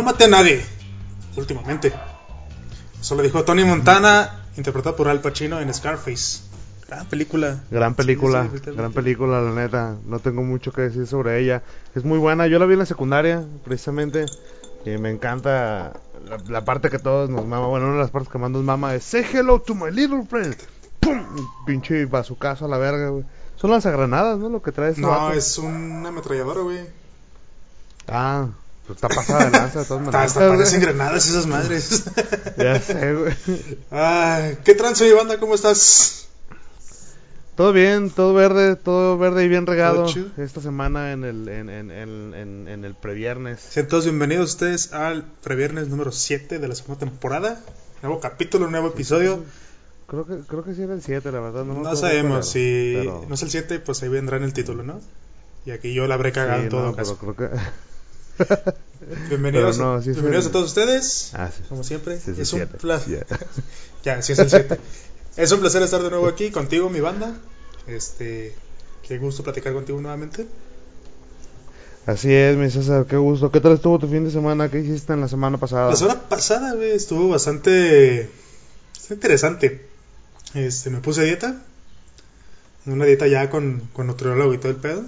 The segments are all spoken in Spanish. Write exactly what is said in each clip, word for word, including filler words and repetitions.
no maté a nadie. Últimamente. Eso lo dijo Tony Montana, interpretado por Al Pacino en Scarface. Gran película. Gran película, Sí, sí, sí, gran película, la neta. No tengo mucho que decir sobre ella. Es muy buena. Yo la vi en la secundaria, precisamente. Y me encanta la, la parte que todos nos mama. Bueno, una de las partes que más nos mama es Say hello to my little friend. ¡Pum! Pinche bazucazo a la verga, güey. Son lanzagranadas, ¿no? Lo que trae ese No, vato. es una ametralladora, güey. Ah, pues está pasada de lanza de todas maneras. Hasta parecen granadas esas madres. Ya sé, güey. Ay, ¿qué trance, mi banda? ¿Cómo estás? Todo bien, todo verde, todo verde y bien regado. ¿Todo chido? Esta semana en el en, en, en, en, en el previernes. Sean todos bienvenidos ustedes al previernes número siete de la segunda temporada. Nuevo capítulo, nuevo episodio. Creo que creo que sí era el siete, la verdad. No, me No acuerdo sabemos cuál era, si pero... no es el siete, pues ahí vendrá en el título, ¿no? Y aquí yo la habré cagado sí, en todo no, caso. pero creo que... Bienvenidos, no, a, sí bienvenidos el... a todos ustedes. Ah, sí. Como siempre, Sí, sí, es un siete. placer. Yeah. Ya, sí es el siete. Es un placer estar de nuevo aquí contigo, mi banda. Este, qué gusto platicar contigo nuevamente. Así es, mi César, qué gusto. ¿Qué tal estuvo tu fin de semana? ¿Qué hiciste en la semana pasada? La semana pasada, güey, estuvo bastante, bastante interesante. Este, me puse a dieta. Una dieta ya con, con nutriólogo y todo el pedo.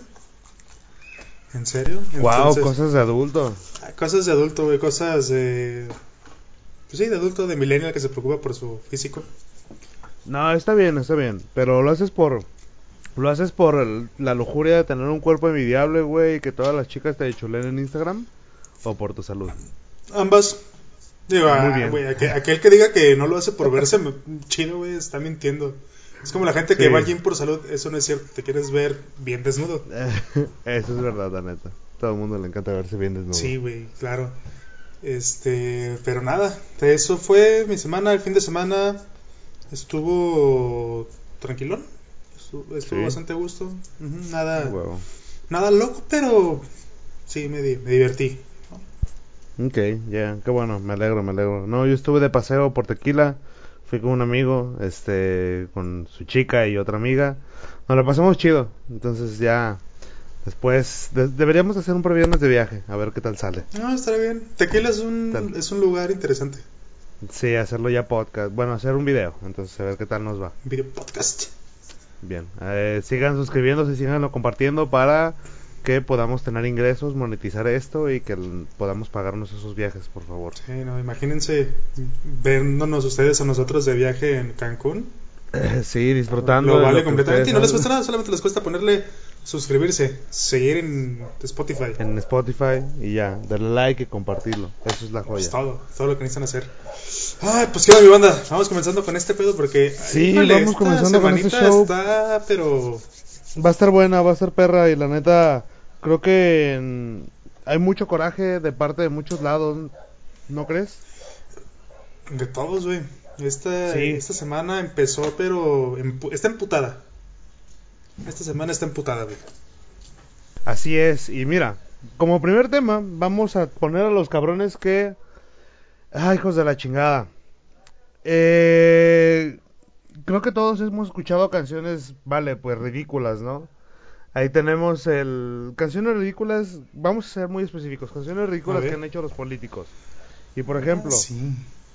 ¿En serio? Wow, Entonces, cosas de adulto. cosas de adulto, güey, cosas de... Pues sí, de adulto, de millennial que se preocupa por su físico. No, está bien, está bien, pero lo haces por... ¿Lo haces por el- la lujuria de tener un cuerpo envidiable, güey, y que todas las chicas te chulen en Instagram? ¿O por tu salud? Ambas. Digo, Muy ah, bien. güey, aquel, aquel que diga que no lo hace por verse me- chido, güey, está mintiendo. Es como la gente que Sí. va al gym por salud, eso no es cierto, te quieres ver bien desnudo. Eso es verdad, la neta. Todo el mundo le encanta verse bien desnudo. Sí, güey, claro. Este, pero nada, eso fue mi semana, el fin de semana estuvo tranquilón, estuvo, estuvo Sí. bastante a gusto, ujú, nada, Huevo. nada loco, pero sí me, di- me divertí. Ok, ya, qué bueno, me alegro, me alegro. No, yo estuve de paseo por Tequila, fui con un amigo, este, con su chica y otra amiga. Nos la pasamos chido, entonces ya, después, de- deberíamos hacer un previernes de viaje, a ver qué tal sale. No, estará bien. Tequila es Tal. un, es un lugar interesante. Sí, hacerlo ya podcast, bueno, hacer un video, entonces a ver qué tal nos va. Video podcast. Bien, eh, sigan suscribiéndose, síganlo compartiendo para que podamos tener ingresos, monetizar esto y que l- podamos pagarnos esos viajes, por favor. Sí, no, imagínense vernos ustedes a nosotros de viaje en Cancún. Sí, disfrutando Lo de vale lo que completamente y no les ustedes cuesta hacen nada, solamente les cuesta ponerle suscribirse, seguir en Spotify. en Spotify y ya, darle like y compartirlo. Eso es la Pues joya. todo, todo lo que necesitan hacer. Ay, pues qué va mi banda, vamos comenzando con este pedo porque Sí, híjole, vamos esta comenzando con este semanita show. está, pero Va a estar buena, va a estar perra y la neta, creo que en- hay mucho coraje de parte de muchos lados, ¿no crees? de todos, güey. Esta, Sí. esta semana empezó, pero empu- está emputada. Esta semana está emputada, güey. Así es, y mira, como primer tema, vamos a poner a los cabrones que... ¡Ay, hijos de la chingada! Eh, creo que todos hemos escuchado canciones, vale, pues ridículas, ¿no? Ahí tenemos el... Canciones ridículas, vamos a ser muy específicos, canciones A ridículas que ver. han hecho los políticos. Y por Ah, ejemplo, sí.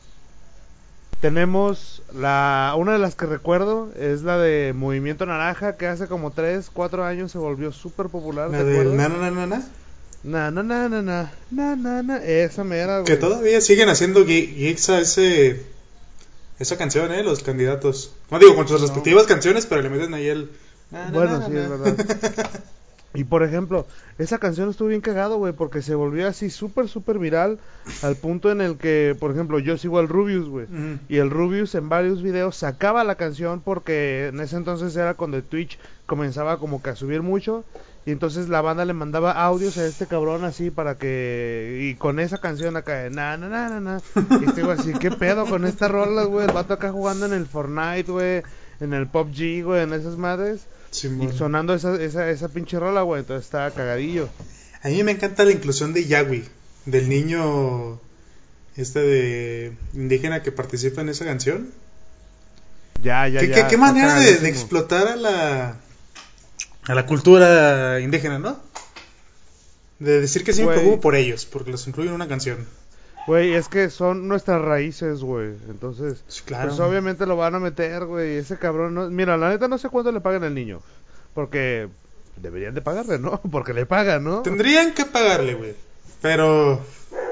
tenemos la... Una de las que recuerdo es la de Movimiento Naranja, que hace como tres, cuatro años se volvió súper popular, La ¿te del acuerdas? na na na na na. Na, na, na, na, na, na, na, na, esa mera, Que güey. todavía siguen haciendo gi- gigs a ese, esa canción, ¿eh? Los candidatos. No digo con sus No. respectivas canciones, pero le meten ahí el... na, na, Bueno, na, sí, na, es na. verdad. Y por ejemplo, esa canción estuvo bien cagado, güey, porque se volvió así súper, súper viral al punto en el que, por ejemplo, yo sigo al Rubius, güey. Ujú. Y el Rubius en varios videos sacaba la canción porque en ese entonces era cuando Twitch comenzaba como que a subir mucho. Y entonces la banda le mandaba audios a este cabrón así para que... Y con esa canción acá de na, na, na, na, na. Y este güey así, ¿qué pedo con estas rolas, güey? El vato acá jugando en el Fortnite, güey. En el P U B G, güey, en esas madres. Simón. Y sonando esa, esa, esa pinche rola, güey, entonces estaba cagadillo. A mí me encanta la inclusión de Yagui, del niño este de indígena que participa en esa canción. Ya, ya, ¿Qué, ya. qué, qué está manera de, de cagadísimo. explotar a la a la cultura indígena, ¿no? De decir que sí me Güey, preocupo por ellos, porque los incluyo en una canción. Güey, es que son nuestras raíces, güey. Entonces, Sí, claro. pues obviamente lo van a meter, güey. Ese cabrón, no... Mira, la neta no sé cuánto le pagan al niño. Porque deberían de pagarle, ¿no? Porque le pagan, ¿no? Tendrían que pagarle, güey. Pero,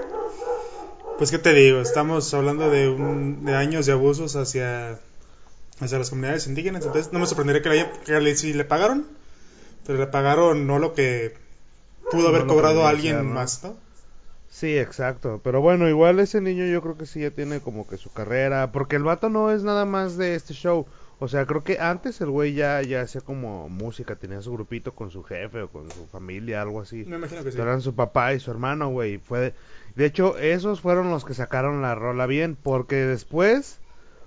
pues, ¿qué te digo? Estamos hablando de, un, de años de abusos hacia, hacia las comunidades indígenas. Entonces, no me sorprendería que, le, haya- que le- si le pagaron, pero le pagaron no lo que pudo No haber lo que cobrado debía alguien ser, ¿no? más, ¿no? Sí, exacto. Pero bueno, igual ese niño yo creo que sí ya tiene como que su carrera. Porque el vato no es nada más de este show. O sea, creo que antes el güey ya, ya hacía como música, tenía su grupito con su jefe o con su familia, algo así. Me imagino que sí. Eran su papá y su hermano, güey. Fue de... de hecho, esos fueron los que sacaron la rola bien. Porque después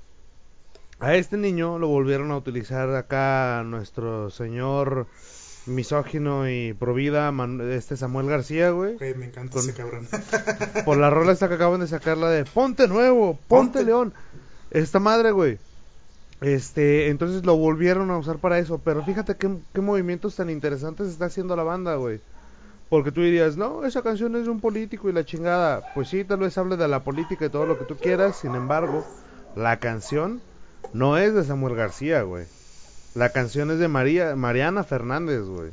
a este niño lo volvieron a utilizar acá nuestro señor misógino y provida, Man- este Samuel García, güey. Güey, me encanta Con, ese cabrón. por la rola esta que acaban de sacarla de Ponte Nuevo, Ponte, Ponte. León. Esta madre, güey. Este, entonces lo volvieron a usar para eso. Pero fíjate qué, qué movimientos tan interesantes está haciendo la banda, güey. Porque tú dirías, no, esa canción es de un político y la chingada. Pues sí, tal vez hable de la política y todo lo que tú quieras. Sin embargo, la canción no es de Samuel García, güey. La canción es de María, Mariana Fernández, güey.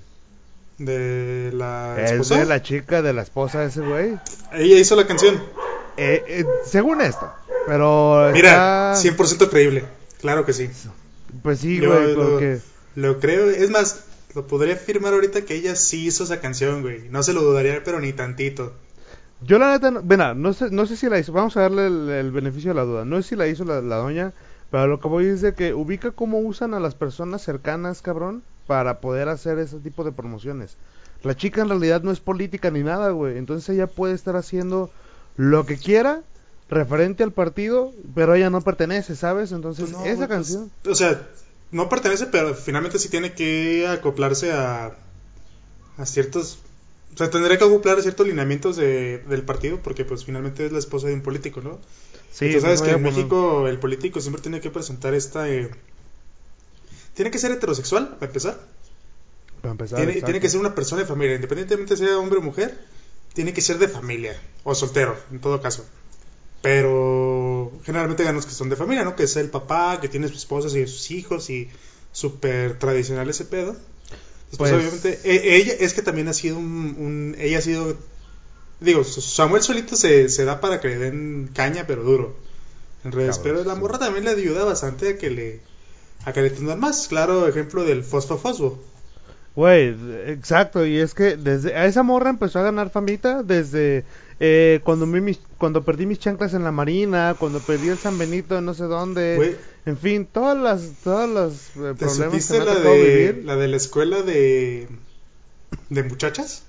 De la Es esposa. de la chica de la esposa de ese güey. Ella hizo la canción. Eh, eh, según esto. Pero Mira, está... cien por ciento creíble. Claro que sí. Pues sí, Yo güey, lo, porque... lo creo. Es más, lo podría afirmar ahorita que ella sí hizo esa canción, güey. No se lo dudaría, pero ni tantito. Yo la neta, no, bueno, no sé, no sé si la hizo, vamos a darle el, el beneficio de la duda. No sé si la hizo la, la doña, pero lo que voy es de que ubica cómo usan a las personas cercanas, cabrón, para poder hacer ese tipo de promociones. La chica en realidad no es política ni nada, güey. Entonces ella puede estar haciendo lo que quiera referente al partido, pero ella no pertenece, ¿sabes? Entonces, Pues no, esa güey, pues, canción... o sea, no pertenece, pero finalmente sí tiene que acoplarse a, a ciertos... O sea, tendría que acoplar a ciertos lineamientos de, del partido, porque pues finalmente es la esposa de un político, ¿no? Sí, Y tú entonces sabes voy que a en poner... México el político siempre tiene que presentar esta... Eh, tiene que ser heterosexual, para empezar. Para empezar, Tiene, tiene que exacto. ser una persona de familia, independientemente sea hombre o mujer, tiene que ser de familia, o soltero, en todo caso. Pero generalmente ganan los que son de familia, ¿no? Que es el papá, que tiene su esposa y sus hijos y súper tradicional ese pedo. Después, Pues... obviamente, e- ella es que también ha sido un, un- ella ha sido, digo, Samuel solito se, se da para que le den caña, pero duro, en redes. Pero la Cabroncísimo. morra también le ayuda bastante a que le, a que le tendan más. Claro, ejemplo del Fosfo Fosfo. Güey, exacto, y es que desde a esa morra empezó a ganar famita desde eh, cuando vi mis, cuando perdí mis chanclas en la marina, cuando perdí el San Benito en no sé dónde, Güey, en fin, todas las todos los eh, ¿te problemas que supiste me ha la tocado de, vivir. la de la escuela de, de muchachas?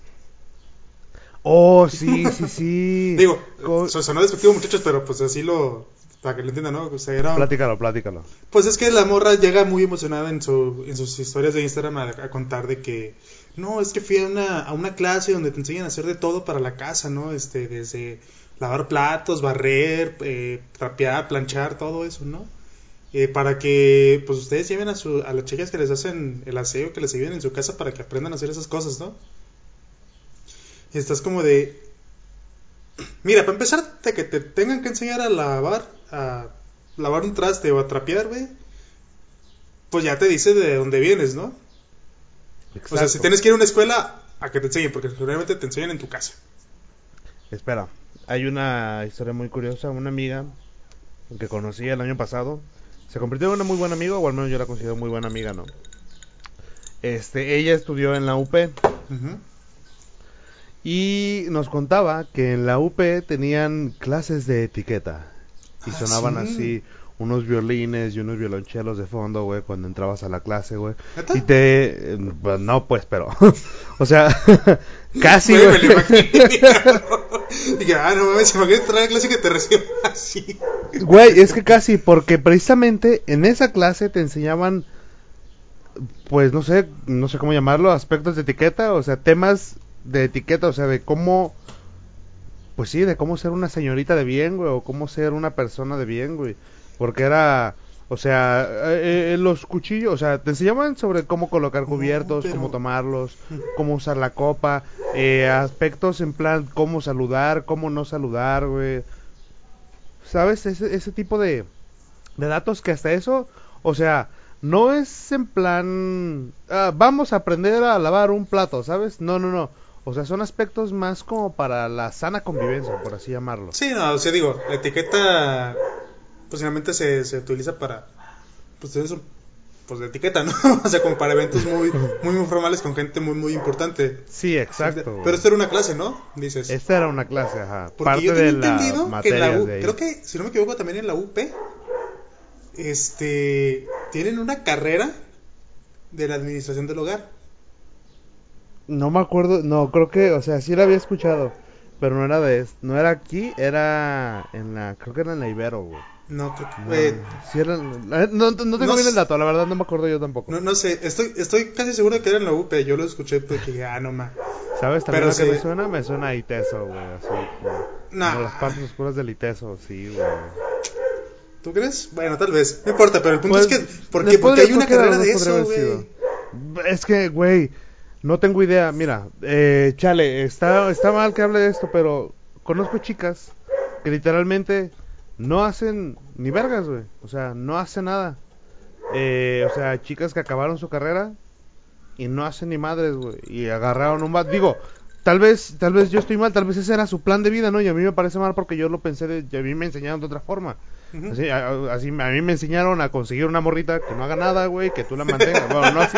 Oh, sí, sí, sí. Digo, Co- so- sonó despectivo, muchachos, pero pues así lo. Para que lo entiendan, ¿no? O sea, era. Platícalo, platícalo. Pues es que la morra llega muy emocionada en, su, en sus historias de Instagram a, a contar de que. No, es que fui a una, a una clase donde te enseñan a hacer de todo para la casa, ¿no? Este, desde lavar platos, barrer, eh, trapear, planchar, todo eso, ¿no? Eh, para que pues ustedes lleven a, su, a las chicas que les hacen el aseo, que les ayuden en su casa para que aprendan a hacer esas cosas, ¿no? Y estás como de, mira, para empezar, de que te tengan que enseñar a lavar, a lavar un traste o a trapear, güey, pues ya te dice de dónde vienes, ¿no? O sea, si Exacto. tienes que ir a una escuela, a que te enseñen, porque generalmente te enseñan en tu casa. Espera, hay una historia muy curiosa, una amiga que conocí el año pasado, se convirtió en una muy buena amiga, o al menos yo la considero muy buena amiga, ¿no? Este, ella estudió en la U P. Uh-huh. Y nos contaba que en la U P tenían clases de etiqueta. Y Ah, sonaban sí. así unos violines y unos violonchelos de fondo, güey, cuando entrabas a la clase, güey. ¿Neta? Y te... eh, pues, no, pues, pero... o sea, casi, Güey, güey. me lo imaginé. Dije, ah, no mames, imagínate entrar a la clase que te reciban así. Güey, es que casi, porque precisamente en esa clase te enseñaban, pues, no sé, no sé cómo llamarlo, aspectos de etiqueta, o sea, temas de etiqueta, o sea, de cómo... Pues sí, de cómo ser una señorita de bien, güey, o cómo ser una persona de bien, güey. Porque era, o sea, eh, eh, los cuchillos, o sea, te enseñaban sobre cómo colocar No, cubiertos, cómo pero. tomarlos, cómo usar la copa, eh, aspectos en plan, cómo saludar, cómo no saludar, güey. ¿sabes? Ese, ese tipo de, de datos que hasta eso, o sea, no es en plan, ah, vamos a aprender a lavar un plato, ¿sabes? No, no, no. O sea, son aspectos más como para la sana convivencia, por así llamarlo. Sí, no, o sea, digo, la etiqueta pues finalmente se, se utiliza para, pues eso, pues de etiqueta, ¿no? O sea, como para eventos muy, muy, muy formales con gente muy, muy importante. Sí, exacto. Pero esto era una clase, ¿no? Dices. Esta era una clase, ajá. Porque Parte yo tenía de la entendido que en la materia U, de ahí. creo que, si no me equivoco, también en la U P, este, tienen una carrera de la administración del hogar. No me acuerdo, no, creo que, o sea, sí la había escuchado, pero no era de, no era aquí, era en la, creo que era en la Ibero, güey. No, creo que, No, eh, sí era, en- eh, no, no tengo no, bien el s- dato, la verdad no me acuerdo yo tampoco. no, no sé, estoy, estoy casi seguro de que era en la U P, yo lo escuché porque dije, ah, no ma. ¿Sabes también Pero lo que sí, me suena? Me suena a Iteso, güey, así como, como las nah, partes oscuras del Iteso, sí, güey. ¿tú crees? Bueno, tal vez, no importa, pero el punto Pues, es que, ¿por le qué? Porque podría, hay una cualquiera de carrera los de dos podría eso, haber sido. güey. Es que, güey, no tengo idea. Mira, eh, chale, está, está mal que hable de esto, pero conozco chicas que literalmente no hacen ni vergas, güey. O sea, no hacen nada. Eh, o sea, chicas que acabaron su carrera y no hacen ni madres, güey. Y agarraron un bat. Digo, tal vez, tal vez yo estoy mal, tal vez ese era su plan de vida, ¿no? Y a mí me parece mal porque yo lo pensé de, y a mí me enseñaron de otra forma. Ujú. Así, a, así, a mí me enseñaron a conseguir una morrita que no haga nada, güey, que tú la mantengas. Bueno, no así,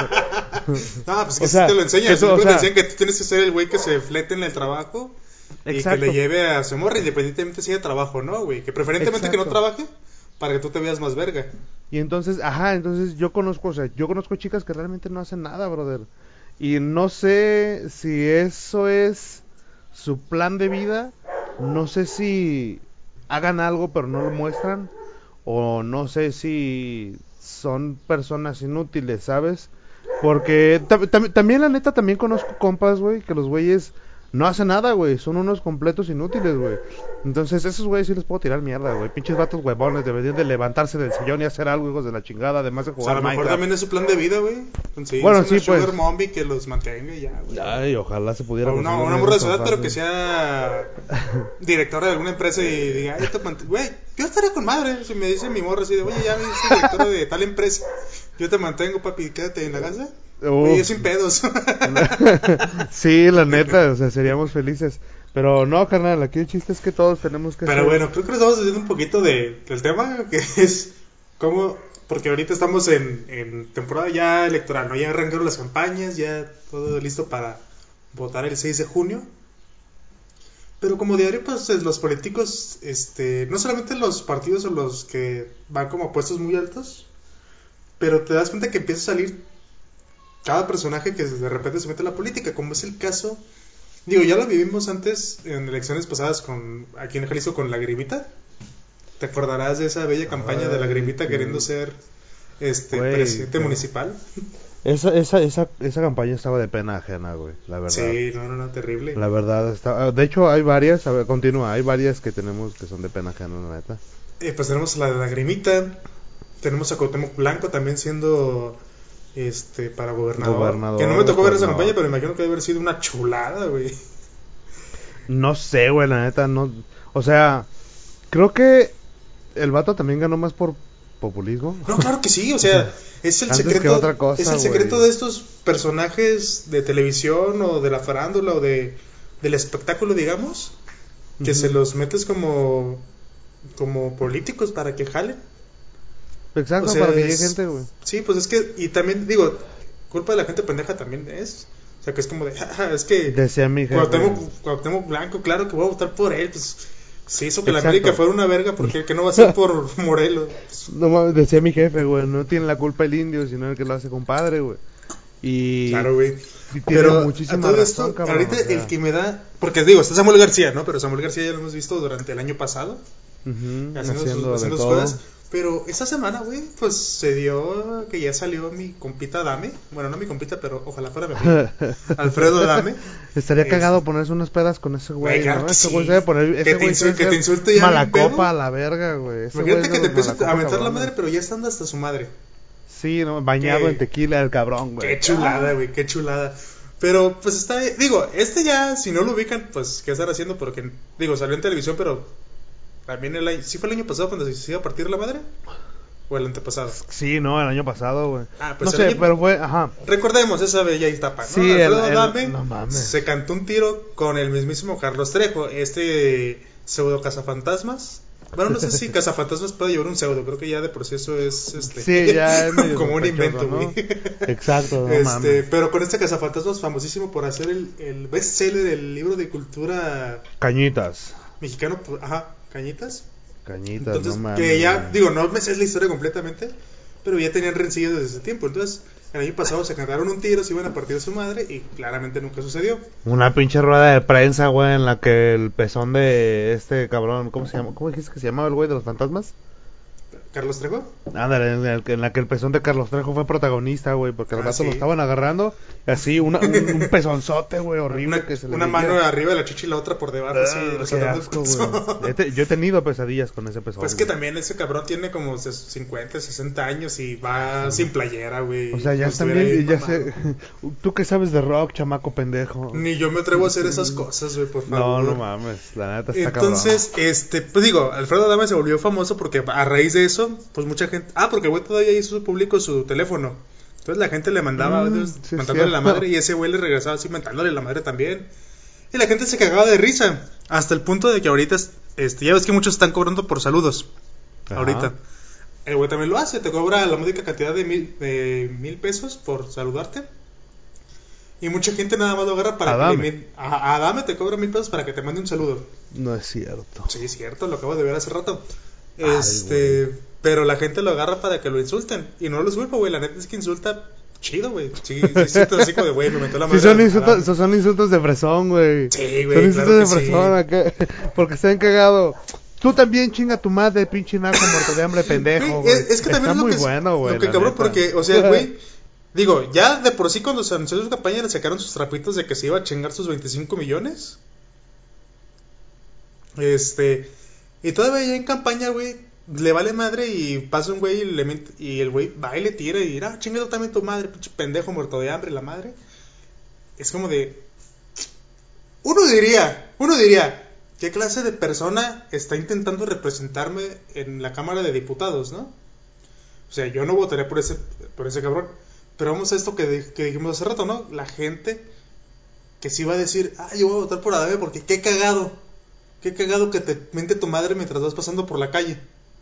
pues. No, pues que O sí sea, te lo enseñan. eso, o Siempre te sea, enseñan que tú tienes que ser el güey que se flete en el trabajo y que le exacto, lleve a su morra independientemente si haya trabajo, ¿no, güey? Que preferentemente que no exacto. trabaje para que tú te veas más verga. Y entonces, ajá, entonces yo conozco, o sea, yo conozco chicas que realmente no hacen nada, brother. Y no sé si eso es su plan de vida, no sé si hagan algo pero no lo muestran, o no sé si son personas inútiles, ¿sabes? Porque tam- tam- también la neta también conozco compas, güey, que los güeyes no hacen nada, güey, son unos completos inútiles, güey. Entonces, esos güeyes sí les puedo tirar mierda, güey. Pinches vatos huevones, deberían de levantarse del sillón y hacer algo, hijos de la chingada, además de O sea, a jugar lo mejor Minecraft. también es su plan de vida, güey. Bueno, Conseguirse una sí, pues. sugar mommy que los mantenga y ya, güey. Ay, ojalá se pudiera O una, conseguir una una de morra de esas ciudad, tan pero que fácil. sea directora de alguna empresa y diga, ay, te mant- güey, yo estaría con madre. Si me dice mi morra así de, oye, ya me dice directora de tal empresa, yo te mantengo, papi, quédate en la casa. Güey, yo Uf. sin pedos. Sí, la neta, o sea, seríamos felices. Pero no, carnal, aquí el chiste es que todos tenemos que Pero ser... bueno, creo que nos estamos desviando un poquito de, del tema, que es cómo, porque ahorita estamos en, en temporada ya electoral, ¿no? Ya arrancaron las campañas, ya todo listo para votar el seis de junio. Pero como diario, pues eh, los políticos, este, no solamente los partidos son los que van como a puestos muy altos, pero te das cuenta que empieza a salir cada personaje que de repente se mete a la política, como es el caso, digo, ya lo vivimos antes en elecciones pasadas con aquí en Jalisco con la Grimita. ¿Te acordarás de esa bella campaña de la Ay, Grimita queriendo que... ser este Güey, presidente que... municipal? Esa, esa, esa, esa campaña estaba de pena ajena, güey, la verdad. Sí, no, no, no, terrible. La verdad está... De hecho, hay varias, a ver, continúa, hay varias que tenemos que son de pena ajena, la neta. Eh, pues tenemos la de la Grimita, tenemos a Cuauhtémoc Blanco también siendo este para gobernador, que no me Gobernador, tocó ver esa pues campaña, no. pero me imagino que debe haber sido una chulada, güey. No sé, güey, la neta, no... O sea, creo que el vato también ganó más por populismo. No, claro que sí, o O sea, sea, es el antes que secreto, otra es cosa, el secreto güey. de estos personajes de televisión o de la farándula o de del espectáculo, digamos, que se Ujú. los metes como como políticos para que jalen. O Exacto, sea, para que llegue es gente, güey. sí, pues es que y también digo, culpa de la gente pendeja también es, o sea, que es como de, "Ja, es que Decía mi jefe. Cuauhtémoc, Cuauhtémoc Blanco, claro que voy a votar por él, pues se hizo que la América Exacto. fuera una verga porque el que no va a ser por Morelos. Pues, No mames, decía mi jefe, güey, no tiene la culpa el indio, sino el que lo hace compadre, güey. Y, claro, güey. y tiene Pero a muchísima todo razón, esto, cabrón, ahorita o el sea. que me da. Porque digo, está Samuel García, ¿no? Pero Samuel García ya lo hemos visto durante el año pasado, Ujú, haciendo sus, haciendo de haciendo sus todo. cosas. Pero esta semana, güey, pues se dio que ya salió mi compita Dame. Bueno, no mi compita, pero ojalá fuera mi amigo. Alfredo Dame. Estaría Es, cagado ponerse unas pedas con ese güey, güey, claro ¿no? que Ese güey se debe sí. poner, Que ese te, güey se insul- debe que te ser insulte ya bien malacopa pedo. a la verga, güey. Ese güey es Imagínate de que te los empiece a malacopa mentar la cabrones. madre, pero ya estando hasta su madre. Sí, ¿no? Bañado en Que, tequila el cabrón, güey. qué chulada, güey, qué chulada. Pero pues está, digo, este ya, si no lo ubican, pues qué están haciendo, porque, digo, salió en televisión, pero También el año, ¿sí fue el año pasado cuando se iba a partir la madre? ¿O el antepasado? Sí, no, el año pasado, güey. Ah, pues no el sé, año- pero fue, ajá. Recordemos esa bella etapa, ¿no? Sí, el- Alfredo el- Adame no mames. se cantó un tiro con el mismísimo Carlos Trejo, este pseudo cazafantasmas. Bueno, no sé si cazafantasmas puede llevar un pseudo, creo que ya de por sí eso es este Sí, ya es medio como un sospechoso, invento, ¿no? güey. Exacto, no Este, mames. pero con este cazafantasmas famosísimo por hacer el, el bestseller del libro de cultura Cañitas. mexicano, pues, ajá, Cañitas. Cañitas, Entonces, no mames. que ya, güey. digo, no me sé la historia completamente, pero ya tenían rencillas desde ese tiempo. Entonces, el año pasado se cantaron un tiro, se iban a partir a su madre y claramente nunca sucedió. Una pinche rueda de prensa, güey, en la que el pezón de este cabrón, ¿cómo se llama? ¿Cómo dijiste que se llamaba el güey de los fantasmas? ¿Carlos Trejo? Ándale, en, el- en la que el pezón de Carlos Trejo fue protagonista, güey, porque al Ah, rato sí. lo estaban agarrando, así, una, un, un pezonzote, güey, horrible Una, que se le una veía. mano arriba de la chicha y la otra por debajo, así, Ah, qué resaltando el asco, pezón. güey. He te- Yo he tenido pesadillas con ese pezón. Pues que güey. también ese cabrón tiene como cincuenta, sesenta años y va sin playera, güey. O sea, ya como están estuviera bien, bien ya mamado. sé. ¿Tú qué sabes de rock, chamaco pendejo? Ni yo me atrevo a hacer esas cosas, güey, por favor. No, no mames, la neta está Entonces, este, pues digo, Alfredo Adame se volvió famoso porque a raíz de eso, pues mucha gente, ah, porque el güey todavía hizo público su teléfono. Entonces la gente le mandaba Mm, audios sí, mandándole la cierto. madre y ese güey le regresaba así mentándole la madre también. Y la gente se cagaba de risa, hasta el punto de que ahorita, este, ya ves que muchos están cobrando por saludos. Ajá. Ahorita. El güey también lo hace, te cobra la módica cantidad de mil, de mil pesos por saludarte. Y mucha gente nada más lo agarra para Adame. que le... A, Adame te cobra mil pesos para que te mande un saludo. No es cierto. Sí, es cierto, lo acabo de ver hace rato. Ay, Este, pero la gente lo agarra para que lo insulten. Y no los culpo, güey. La neta es que insulta chido, güey. Sí, sí, insulta así como de, güey, me metió la Sí, madre. son a- insultos, Adame. esos son insultos de fresón, güey. Sí, güey, Son claro insultos de que sí. fresón acá, porque se han cagado. Tú también chinga tu madre, pinche naco muerto de hambre pendejo, Güey, güey. es, es que también Está es lo muy que, bueno, güey. lo que la cabrón, neta. porque, o sea, el güey, digo, ya de por sí cuando se anunció su campaña le sacaron sus trapitos de que se iba a chingar sus veinticinco millones. Este, y todavía ya en campaña, güey, le vale madre y pasa un güey y, le ment- y el güey va y le tira y dirá, ah, chinga tú también tu madre, pinche pendejo muerto de hambre, la madre. Es como de, uno diría, uno diría, ¿qué clase de persona está intentando representarme en la Cámara de Diputados, no? O sea, yo no votaré por ese, por ese cabrón. Pero vamos a esto que, di- que dijimos hace rato, ¿no? La gente que sí va a decir, ah, yo voy a votar por Adame porque qué cagado. Qué cagado que te mente tu madre mientras vas pasando por la calle.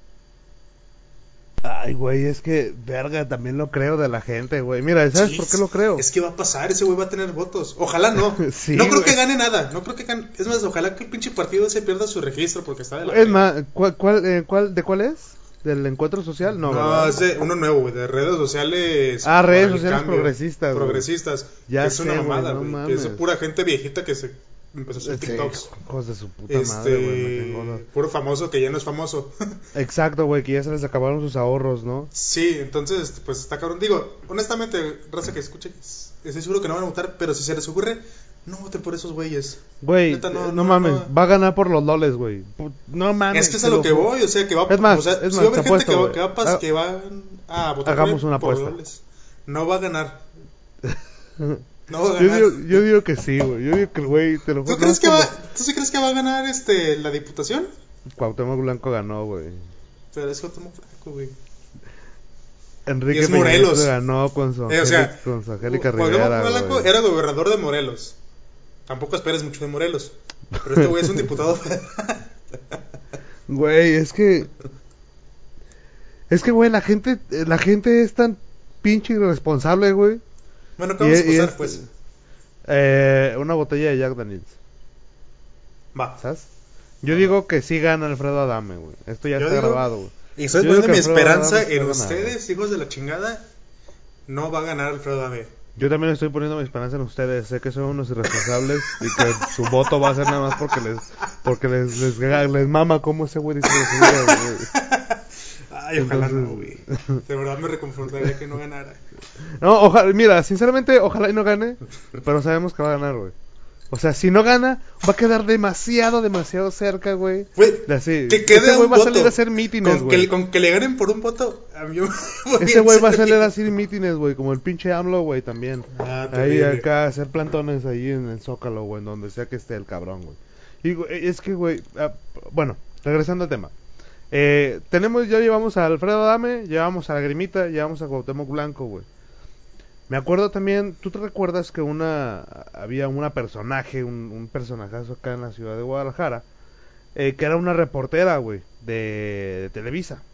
Ay, güey, es que, verga, también lo creo de la gente, güey. Mira, ¿sabes Sí, por qué lo creo? Es que va a pasar, ese güey va a tener votos. Ojalá no. Sí, no creo güey. que gane nada. No creo que gane. Es más, ojalá que el pinche partido se pierda su registro porque está de la Es más, ¿cuál, cuál, eh, cuál, ¿de cuál es? ¿Del encuentro social? No, No, ¿verdad? es de uno nuevo, güey, de redes sociales. Ah, redes para el sociales cambio. progresistas, güey. Progresistas. Ya que es sé, una güey, mamada, no güey. mames. que es pura gente viejita que se empezó a hacer Sí, TikToks. hijos de su puta madre, güey, me tengo Este. los- Puro famoso que ya no es famoso. Exacto, güey, que ya se les acabaron sus ahorros, ¿no? Sí, entonces, pues está cabrón. Digo, honestamente, raza que escuche, estoy seguro que no van a votar, pero si se les ocurre, no voten por esos güeyes. Güey, Neta, no, no, no, mames, no. va a ganar por los loles, güey. Pu- No mames. Es que es te a lo que juro. voy, o sea, que va Es más, o sea, es si más, va a haber te gente que va, apuesto, que, va a pas- güey. que van a votar Hagamos por- una por apuesta. Loles. No va a ganar. No va a Yo ganar. digo, yo digo que sí, güey. Yo digo que el güey, te lo ¿Tú juro. crees que no, va, ¿Tú sí crees que va a ganar este la diputación? Cuauhtémoc Blanco ganó, güey. Pero es Cuauhtémoc Blanco, güey. Enrique Y es Peña Morelos. Nieto ganó con su, Eh, o sea, Angélica- con su Angélica Cuauhtémoc Rivera, Blanco güey. era gobernador de Morelos. Tampoco esperes mucho de Morelos. Pero este güey es un diputado federal. Güey, es que... Es que, güey, la gente, la gente es tan pinche irresponsable, güey. Bueno, ¿qué Y- vamos a y apostar, es- pues? Eh, una botella de Jack Daniels, Va. ¿sabes? Yo digo que sí gana Alfredo Adame, güey. Esto ya Yo está digo- grabado, güey. Y estoy Yo poniendo digo mi que Alfredo esperanza Adame sí en va a ganar, ustedes, hijos de la chingada. No va a ganar Alfredo Adame. Yo también estoy poniendo mi esperanza en ustedes. Sé que son unos irresponsables y que su voto va a ser nada más porque les porque les les, les mama como ese güey dice los videos, güey. Ay, ojalá Entonces- no, güey. De verdad me reconfortaría que no ganara. No, ojalá, mira, sinceramente, ojalá y no gane, pero sabemos que va a ganar, güey. O sea, si no gana, va a quedar demasiado, demasiado cerca, güey. Güey, De así. que quede Ese güey un va a voto. salir a hacer mítines, Con que, güey. con que le ganen por un voto, a mí me voy Ese en güey va a serio. salir a hacer mítines, güey, como el pinche AMLO, güey, también. Ah, Ahí terrible. acá, hacer plantones ahí en el Zócalo, güey, en donde sea que esté el cabrón, güey. Y güey, es que, güey, ah, bueno, regresando al tema. Eh, tenemos, ya llevamos a Alfredo Adame, llevamos a Lagrimita, llevamos a Cuauhtémoc Blanco, güey. Me acuerdo también, ¿tú te recuerdas que una había una personaje, un, un personajazo acá en la ciudad de Guadalajara, eh, que era una reportera, güey, de, de Televisa?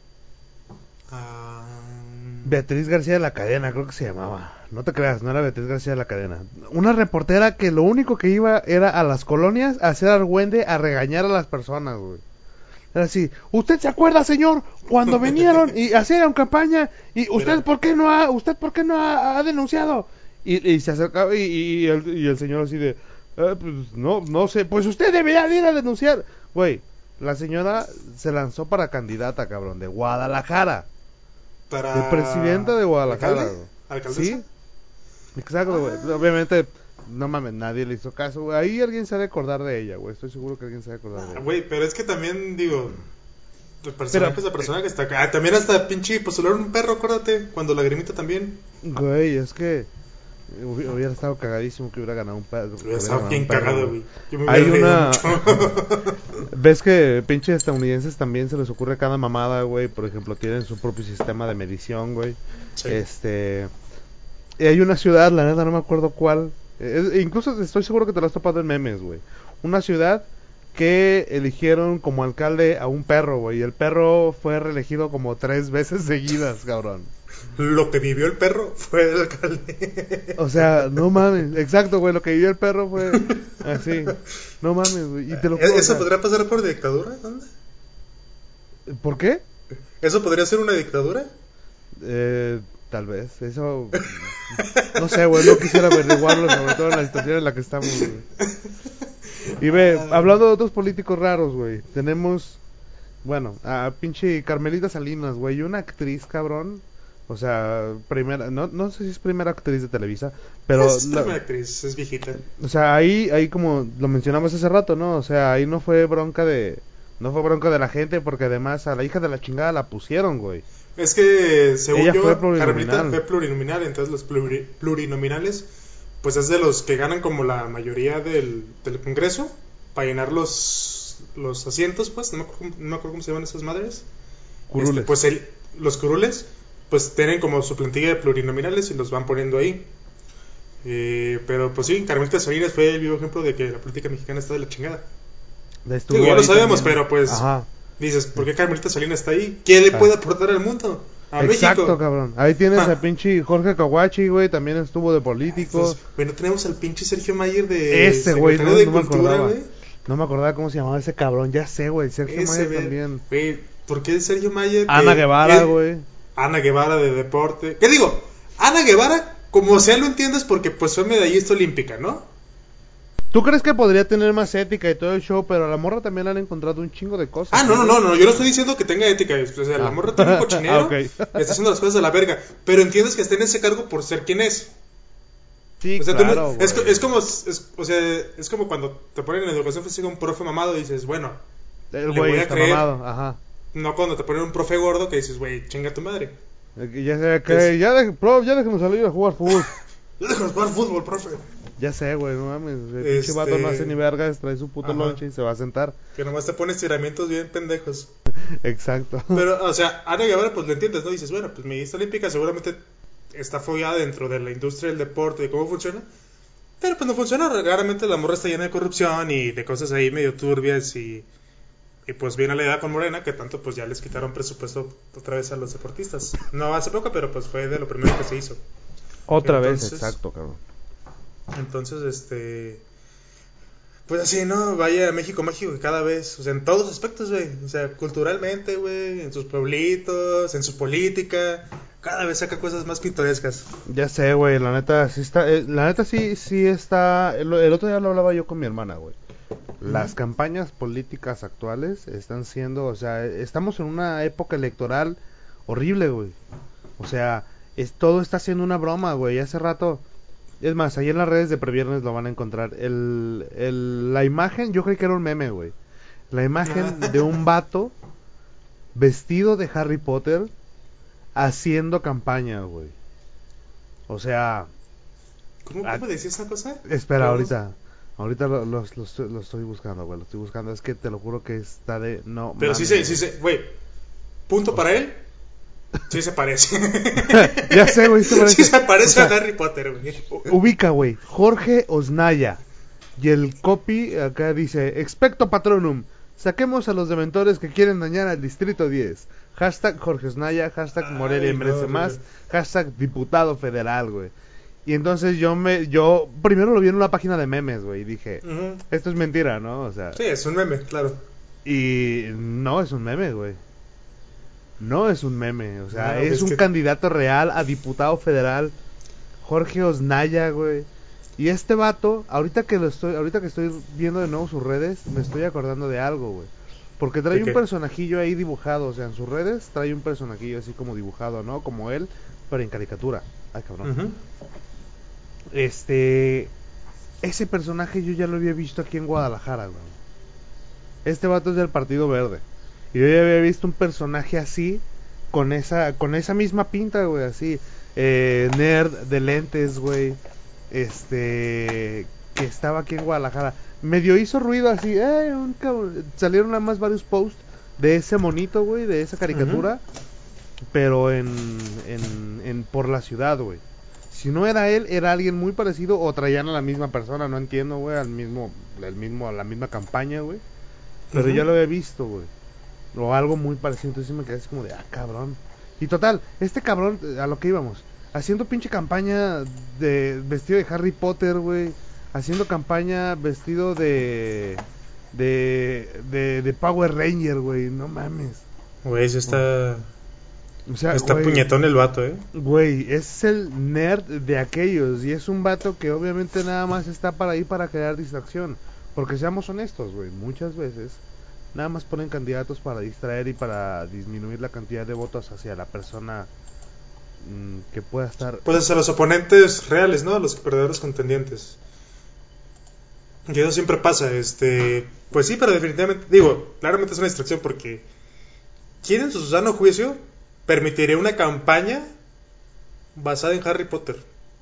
Ah, Beatriz García de la Cadena, creo que se llamaba. No te creas, no era Beatriz García de la Cadena. Una reportera que lo único que iba era a las colonias a hacer argüende, a regañar a las personas, güey. Era así, ¿usted se acuerda, señor, cuando vinieron y hacían campaña y usted Mira. por qué no ha, usted por qué no ha, ha denunciado? Y, y se acercaba y, y, el, y el señor así de, "Eh, pues no, no sé, pues usted debería ir a denunciar". Güey, la señora se lanzó para candidata, cabrón, de Guadalajara, de presidenta Para de Guadalajara, alcalde, güey. alcaldesa. Sí, exacto, güey. Ah, Obviamente, no mames, nadie le hizo caso, güey. Ahí alguien se ha de acordar de ella, güey. Estoy seguro que alguien se ha de acordar de ah, ella. güey, pero es que también digo, de Pero, personajes a personaje está acá. Ah, también hasta pinche postularon un perro, acuérdate, cuando Lagrimita también. güey, es que hubi- hubiera estado cagadísimo que hubiera ganado un perro, que Hubiera hubiera estado ganado un bien perro, cagado, güey. güey. Yo me Hay hubiera reído una... mucho. ¿Ves que pinches estadounidenses también se les ocurre cada mamada, güey? Por ejemplo, tienen su propio sistema de medición, güey. Sí. Este... Y hay una ciudad, la neta no me acuerdo cuál. Es- incluso estoy seguro que te lo has topado en memes, güey. Una ciudad que eligieron como alcalde a un perro, güey. Y el perro fue reelegido como tres veces seguidas, cabrón. Lo que vivió el perro fue el alcalde. O sea, no mames. Exacto, güey. Lo que vivió el perro fue así. No mames, güey. Y te lo juro, o ¿Eso sea, podría pasar por dictadura? ¿Dónde? ¿por qué? ¿Eso podría ser una dictadura? Eh, tal vez. Eso... No sé, güey. No quisiera averiguarlo, sobre todo en la situación en la que estamos, güey. Y ve, hablando de otros políticos raros, güey, tenemos, bueno, a pinche Carmelita Salinas, güey, una actriz, cabrón, o sea, primera, no, no sé si es primera actriz de Televisa, pero, Es la- primera actriz, es viejita. o sea, ahí, ahí como lo mencionamos hace rato, ¿no? O sea, ahí no fue bronca de, no fue bronca de la gente, porque además a la hija de la chingada la pusieron, güey. Es que, según Ella fue yo, Carmelita plurinominal. fue plurinominal, entonces los pluri- plurinominales, pues es de los que ganan como la mayoría del, del Congreso para llenar los, los asientos, pues, no me, acuerdo, no me acuerdo cómo se llaman esas madres. Este, Curules. pues el, los curules, pues tienen como su plantilla de plurinominales y los van poniendo ahí. Eh, pero pues sí, Carmelita Salinas fue el vivo ejemplo de que la política mexicana está de la chingada. Estuvo Digo, ya lo ahí sabemos, también. pero pues Ajá. dices, ¿por qué Carmelita Salinas está ahí? ¿Qué le Ah. puede aportar al mundo? A Exacto, México. cabrón. Ahí tienes Ja. a pinche Jorge Kawachi, güey, también estuvo de político. Pues, güey, no tenemos al pinche Sergio Mayer de Ese, güey, secretario no, de no me Cultura, acordaba. güey. No me acordaba cómo se llamaba ese cabrón. Ya sé, güey. Sergio Ese, Mayer güey. también. Güey, ¿por qué Sergio Mayer? Ana que- Guevara, que- güey. Ana Guevara de deporte. ¿Qué digo? Ana Guevara, como sea lo entiendes, porque pues fue medallista olímpica, ¿no? ¿Tú crees que podría tener más ética y todo el show? Pero a la morra también le han encontrado un chingo de cosas. Ah, no, no, no, no, yo no estoy diciendo que tenga ética. O sea, la Ah. morra tiene un cochinero Ah, ok. y está haciendo las cosas de la verga. Pero entiendes que está en ese cargo por ser quien es. Sí, O sea, tú no- claro, es, co- güey. es como es, o sea, es como cuando te ponen en educación física un profe mamado y dices, bueno, El le güey voy a está creer. mamado. Ajá. No cuando te ponen un profe gordo que dices, güey, chinga tu madre. Eh, que Ya sé que... Ya, de, bro, ya déjenos salir a jugar fútbol. Yo dejo de jugar fútbol, profe. Ya sé, güey, no mames. El Este- pinche vato no hace ni vergas, trae su puto Ajá. lonche y se va a sentar. Que nomás te pones estiramientos bien pendejos. Exacto. Pero, o sea, Ana Guevara, pues lo entiendes, ¿no? Dices, bueno, pues medallista olímpica seguramente está follada dentro de la industria del deporte, de cómo funciona. Pero pues no funciona. Realmente la morra está llena de corrupción y de cosas ahí medio turbias y, y pues viene la edad con Morena que tanto pues ya les quitaron presupuesto otra vez a los deportistas. No hace poco, pero pues fue de lo primero que se hizo. Otra Entonces- vez, exacto, cabrón. Entonces, este... Pues así, ¿no? Vaya México mágico que cada vez, o sea, en todos los aspectos, güey. O sea, culturalmente, güey, en sus pueblitos, en su política, cada vez saca cosas más pintorescas. Ya sé, güey, la neta sí está, eh, la neta sí, sí está, el, el otro día lo hablaba yo con mi hermana, güey. Las Ujú. campañas políticas actuales están siendo, o sea, estamos en una época electoral horrible, güey. O sea, es, todo está siendo una broma, güey. Hace rato, es más, ahí en las redes de Previernes lo van a encontrar. El, el, la imagen, yo creí que era un meme, güey. La imagen de un vato vestido de Harry Potter haciendo campaña, güey. O sea, ¿Cómo, Ah, cómo decía esa cosa? espera, Vamos. ahorita, Ahorita lo, lo, lo estoy, lo estoy buscando, güey. Lo estoy buscando. Es que te lo juro que está de. No, Pero sí mames, se, güey. sí se, güey, punto O para sea, él, sí se parece. ya sé, güey, se Sí parece. se O parece a sea, Harry Potter, güey. ubica, güey. Jorge Osnaya. Y el copy acá dice: Expecto Patronum. Saquemos a los dementores que quieren dañar al Distrito diez. Hashtag Jorge Osnaya. Hashtag Morelia Ay, no, merece horrible. más. Hashtag diputado federal, güey. Y entonces yo me. Yo primero lo vi en una página de memes, güey. Y dije: Ujú. Esto es mentira, ¿no? O sea. Sí, es un meme, claro. Y no es un meme, güey. No es un meme. O sea, No, es es un que candidato real a diputado federal. Jorge Osnaya, güey. Y este vato, ahorita que lo estoy, ahorita que estoy viendo de nuevo sus redes, me estoy acordando de algo, güey. Porque trae ¿de un qué? personajillo ahí dibujado, o sea, en sus redes trae un personajillo así como dibujado, ¿no? Como él, pero en caricatura. Ay, cabrón. Ujú. Este, ese personaje yo ya lo había visto aquí en Guadalajara, güey. Este vato es del Partido Verde. Y yo ya había visto un personaje así, con esa, con esa misma pinta, güey, así. Eh, nerd de lentes, güey. Este, que estaba aquí en Guadalajara. Medio hizo ruido así, eh, un cabrón. Salieron nada más varios posts de ese monito, güey, de esa Ujú. caricatura. Pero en, en, en por la ciudad, güey. Si no era él, era alguien muy parecido o traían a la misma persona, no entiendo, güey, al mismo, el mismo, a la misma campaña, güey. Pero Ujú. ya lo había visto, güey. O algo muy parecido. Entonces sí me quedé así como de, ah, cabrón. Y total, este cabrón, a lo que íbamos. Haciendo pinche campaña de vestido de Harry Potter, güey. Haciendo campaña vestido de... De... De, de Power Ranger, güey. No mames. Güey, sí está. O sea, Está güey. puñetón el vato, ¿eh? Güey, es el nerd de aquellos. Y es un vato que obviamente nada más está para ahí para crear distracción. Porque seamos honestos, güey. Muchas veces nada más ponen candidatos para distraer y para disminuir la cantidad de votos hacia la persona mmm, que pueda estar. Pues a los oponentes reales, ¿no? A los verdaderos contendientes. Y eso siempre pasa, este. Pues sí, pero definitivamente. Digo, claramente es una distracción porque. ¿Quién en su sano juicio permitiría una campaña basada en Harry Potter?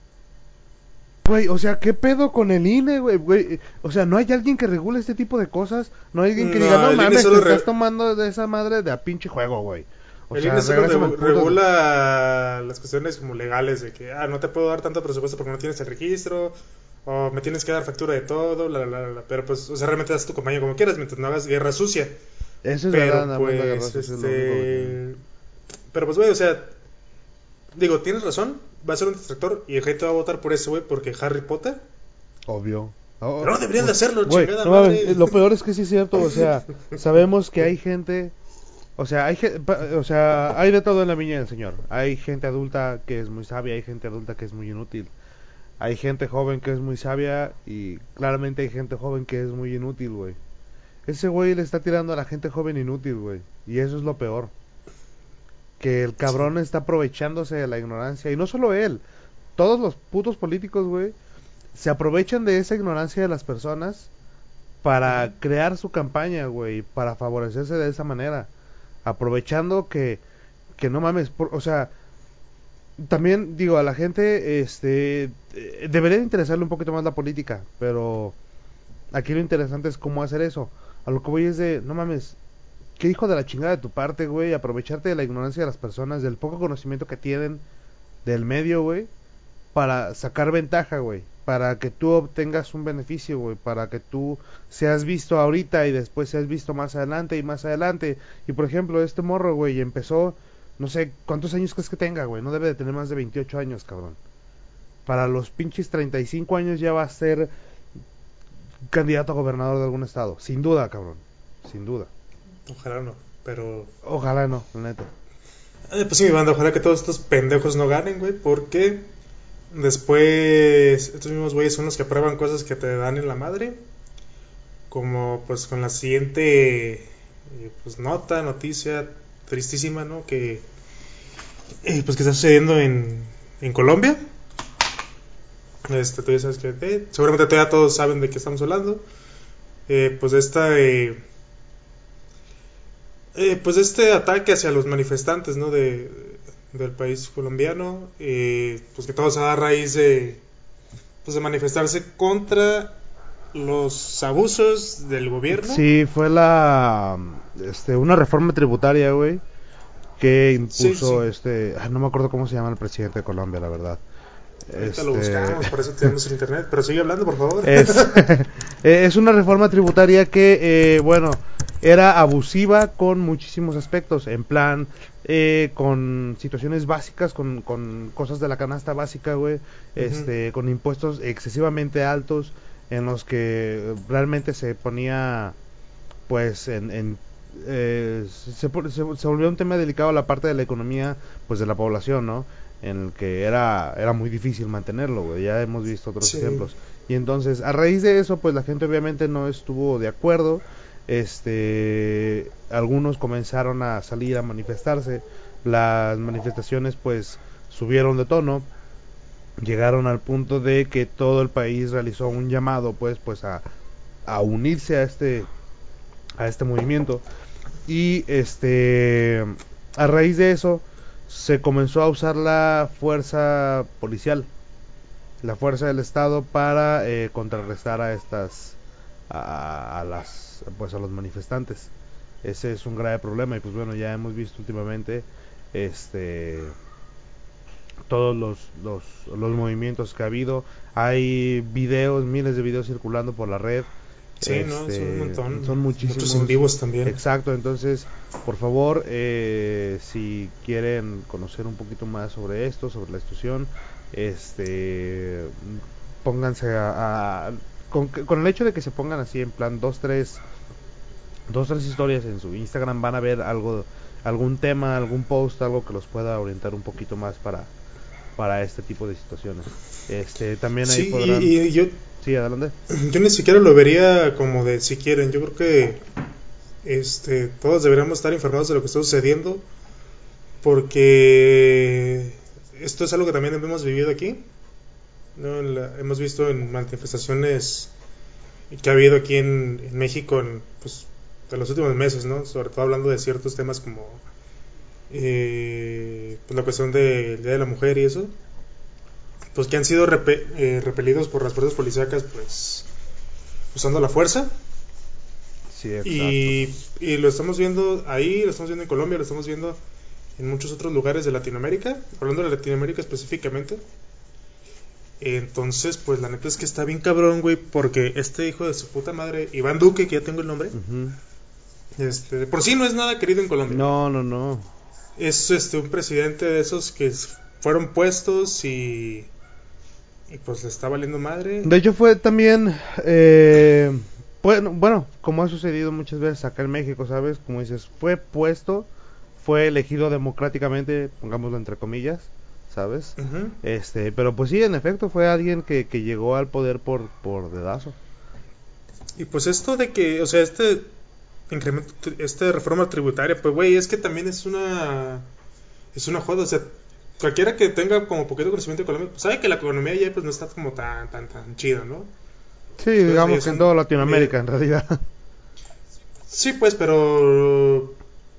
Güey, o sea, ¿qué pedo con el I N E, güey? güey? O sea, ¿no hay alguien que regule este tipo de cosas? ¿No hay alguien que diga, No, no el I N E mames, te solo, estás re- tomando de esa madre de a pinche juego, güey? O el sea, I N E solo regrésame el regu- puto. regula las cuestiones como legales de que, ah, no te puedo dar tanto presupuesto porque no tienes el registro, o me tienes que dar factura de todo, la, la, la, la. Pero pues, o sea, realmente das tu campaña como quieras mientras no hagas guerra sucia. Eso es verdad, Pero nada más la pues, agarras, eso es lo único que tienen. este. Pero pues, güey, o sea, digo, tienes razón, va a ser un distractor y el gente va a votar por ese güey porque Harry Potter. Obvio. Oh, Pero no deberían oh, de hacerlo, güey, chingada no mames, madre. eh, lo peor es que sí es cierto, o sea, sabemos que hay gente, o sea, hay ge- pa- o sea, hay de todo en la viña del Señor. Hay gente adulta que es muy sabia, hay gente adulta que es muy inútil. Hay gente joven que es muy sabia y claramente hay gente joven que es muy inútil, güey. Ese güey le está tirando a la gente joven inútil, güey, y eso es lo peor. Que el Sí. cabrón está aprovechándose de la ignorancia y no solo él, todos los putos políticos, güey, se aprovechan de esa ignorancia de las personas Ujú. para crear su campaña, güey, para favorecerse de esa manera, aprovechando que que no mames, por, o sea, también digo a la gente, este, eh, debería interesarle un poquito más la política, pero aquí lo interesante es cómo hacer eso. A lo que voy es de, no mames, qué hijo de la chingada de tu parte, güey, aprovecharte de la ignorancia de las personas, del poco conocimiento que tienen del medio, güey, para sacar ventaja, güey. Para que tú obtengas un beneficio, güey. Para que tú seas visto ahorita y después seas visto más adelante y más adelante. Y por ejemplo, este morro, güey, empezó, no sé, ¿cuántos años crees que tenga, güey? No debe de tener más de veintiocho años, cabrón. Para los pinches treinta y cinco años ya va a ser candidato a gobernador de algún estado. Sin duda, cabrón. Sin duda. Ojalá no, pero. Ojalá no, la neta. Eh, pues sí, mi banda, ojalá que todos estos pendejos no ganen, güey, porque después estos mismos güeyes son los que aprueban cosas que te dan en la madre, como pues con la siguiente eh, pues nota, noticia tristísima, ¿no? Que eh, pues que está sucediendo en, en Colombia. Este, tú ya sabes que eh, seguramente todavía todos saben de qué estamos hablando. Eh, pues esta eh, eh, pues este ataque hacia los manifestantes, ¿no? De, del país colombiano, eh, pues que todo se da a raíz de, pues de manifestarse contra los abusos del gobierno. Sí, fue la este una reforma tributaria, güey, que impuso Sí, sí. este, ay, no me acuerdo cómo se llama el presidente de Colombia, la verdad. Ahorita lo Este buscamos, por eso tenemos el internet. Pero sigue hablando, por favor. es es una reforma tributaria que eh, bueno, era abusiva con muchísimos aspectos, en plan eh, con situaciones básicas, con, con cosas de la canasta básica, güey, este, Ujú. con impuestos excesivamente altos en los que realmente se ponía pues en, en eh, se, se, se volvió un tema delicado la parte de la economía pues de la población, ¿no? En el que era era muy difícil mantenerlo, güey. Ya hemos visto otros Sí. ejemplos. Y entonces, a raíz de eso, pues la gente obviamente no estuvo de acuerdo. Este, algunos comenzaron a salir a manifestarse. Las manifestaciones pues subieron de tono, llegaron al punto de que todo el país realizó un llamado pues pues a, a unirse a este a este movimiento. Y este, a raíz de eso se comenzó a usar la fuerza policial, la fuerza del Estado para eh, contrarrestar a estas a, a las pues a los manifestantes. Ese es un grave problema y pues bueno, ya hemos visto últimamente este todos los, los, los movimientos que ha habido. Hay videos, miles de videos circulando por la red. Sí, no, son un Este, son montón. Muchos en muchísimos. vivos también. Exacto, entonces, por favor, eh, si quieren conocer un poquito más sobre esto, sobre la situación, este, pónganse a, a con, con el hecho de que se pongan así en plan dos, tres, dos, tres historias en su Instagram, van a ver algo, algún tema, algún post, algo que los pueda orientar un poquito más para, para este tipo de situaciones. Este, también ahí Sí, podrán, y, y yo, sí, adelante. yo ni siquiera lo vería como de si quieren. Yo creo que este, todos deberíamos estar informados de lo que está sucediendo, porque esto es algo que también hemos vivido aquí, ¿no? En la- hemos visto en manifestaciones que ha habido aquí en, en México en, pues, en los últimos meses, ¿no? Sobre todo hablando de ciertos temas como eh, pues la cuestión del Día de la Mujer y eso, pues que han sido repe- eh, repelidos por las fuerzas policíacas, pues usando la fuerza. Sí, exacto. Y, y lo estamos viendo ahí, lo estamos viendo en Colombia, lo estamos viendo en muchos otros lugares de Latinoamérica, hablando de Latinoamérica específicamente. Entonces, pues la neta es que está bien cabrón, güey, porque este hijo de su puta madre, Iván Duque, que ya tengo el nombre, Uh-huh. este, de por sí no es nada querido en Colombia. No, no, no. Es este un presidente de esos que fueron puestos y, y pues le está valiendo madre. De hecho fue también, eh, bueno, bueno, como ha sucedido muchas veces acá en México, ¿sabes? Como dices, fue puesto, fue elegido democráticamente, pongámoslo entre comillas, ¿sabes? Uh-huh. Este, pero pues sí, en efecto, fue alguien que, que llegó al poder por, por dedazo. Y pues esto de que, o sea, este incremento, esta reforma tributaria, pues güey, es que también es una es una joda, o sea, cualquiera que tenga como poquito conocimiento de Colombia, pues sabe que la economía ya pues no está como tan tan tan chida, ¿no? Sí, Las cosas digamos allá que en son toda medio... Latinoamérica, en realidad. Sí, pues, pero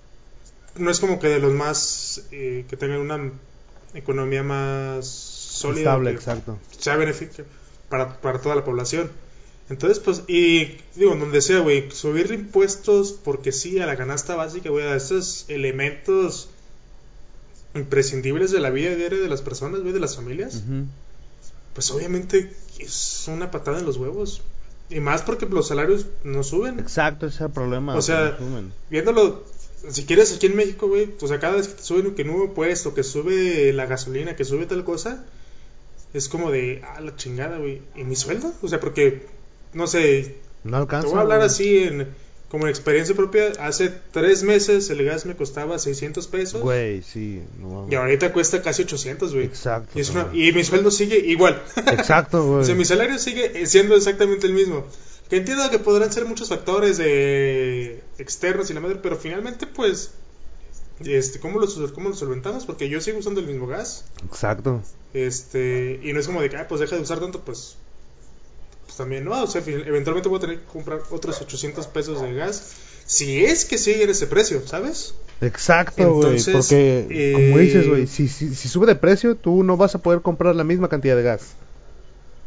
no es como que de los más eh, que tengan una economía más sólida o Estable, que exacto. sea benéfica para, para toda la población. Entonces, pues, y digo, donde sea, güey, subir impuestos porque sí a la canasta básica, güey, a esos elementos imprescindibles de la vida diaria de las personas, güey, de las familias, Uh-huh. pues obviamente es una patada en los huevos. Y más porque los salarios no suben. Exacto, ese es el O problema, que no sea, sumen. viéndolo, si quieres aquí en México, güey, o sea, cada vez que te suben que nuevo puesto, que sube la gasolina, que sube tal cosa, es como de, ah, la chingada, güey. ¿Y mi sueldo? O sea, porque, no sé, No te voy alcanza, a hablar güey. así en, como en experiencia propia. Hace tres meses el gas me costaba seiscientos pesos Güey, sí, no y mames. ahorita cuesta casi ochocientos, güey. Exacto, Y, es una, cabrón. y mi sueldo sigue igual. Exacto, O güey. sea, mi salario sigue siendo exactamente el mismo. Que entiendo que podrán ser muchos factores de externos y la madre, pero finalmente, pues, este, ¿cómo lo, cómo lo solventamos? Porque yo sigo usando el mismo gas. Exacto. Este, y no es como de que, ah, pues deja de usar tanto, pues, pues también no. O sea, eventualmente voy a tener que comprar otros ochocientos pesos de gas. Si es que sigue en ese precio, ¿sabes? Exacto, güey, Entonces, porque como dices, güey, eh, si, si, si sube de precio, tú no vas a poder comprar la misma cantidad de gas.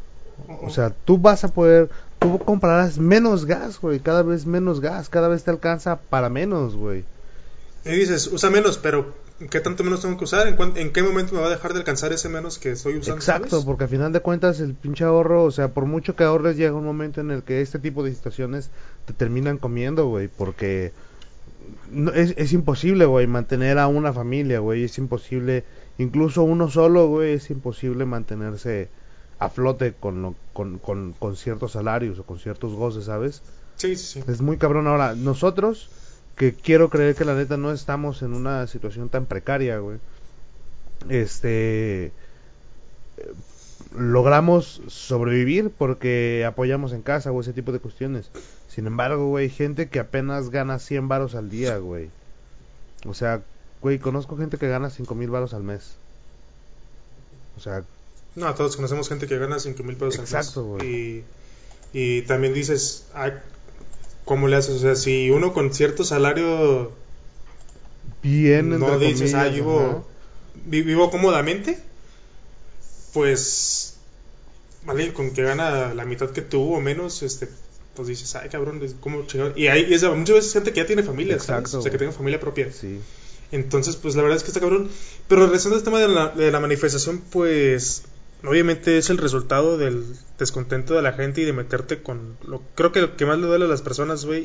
O sea, tú vas a poder, tú comprarás menos gas, güey, cada vez menos gas, cada vez te alcanza para menos, güey. Y dices, usa menos, pero ¿qué tanto menos tengo que usar? ¿En, cuan- ¿En qué momento me va a dejar de alcanzar ese menos que estoy usando? Exacto, ¿Sabes? porque al final de cuentas el pinche ahorro, o sea, por mucho que ahorres llega un momento en el que este tipo de situaciones te terminan comiendo, güey, porque no, es, es imposible, güey, mantener a una familia, güey, es imposible, incluso uno solo, güey, es imposible mantenerse a flote con, lo, con, con, con ciertos salarios o con ciertos goces, ¿sabes? Sí, sí, sí. Es muy cabrón ahora. Nosotros, que quiero creer que la neta no estamos en una situación tan precaria, güey, este, logramos sobrevivir porque apoyamos en casa o ese tipo de cuestiones. Sin embargo, güey, gente que apenas gana cien varos al día, güey. O sea, güey, conozco gente que gana cinco mil varos al mes. O sea, No, todos conocemos gente que gana cinco mil pesos al mes. exacto, güey. Y, y también dices, ah, ¿cómo le haces? O sea, si uno con cierto salario Bien, no entre dices, ah, comillas, yo ajá. vivo, vi- vivo cómodamente, pues, vale, con que gana la mitad que tú o menos, este, pues dices, ay, cabrón, ¿cómo chingados? Y hay y es, muchas veces gente que ya tiene familia, ¿sabes? O Exacto, sea, que güey. tenga familia propia. Sí. Entonces, pues la verdad es que está cabrón. Pero regresando al tema de la, de la manifestación, pues obviamente es el resultado del descontento de la gente y de meterte con lo creo que lo que más le duele a las personas, güey,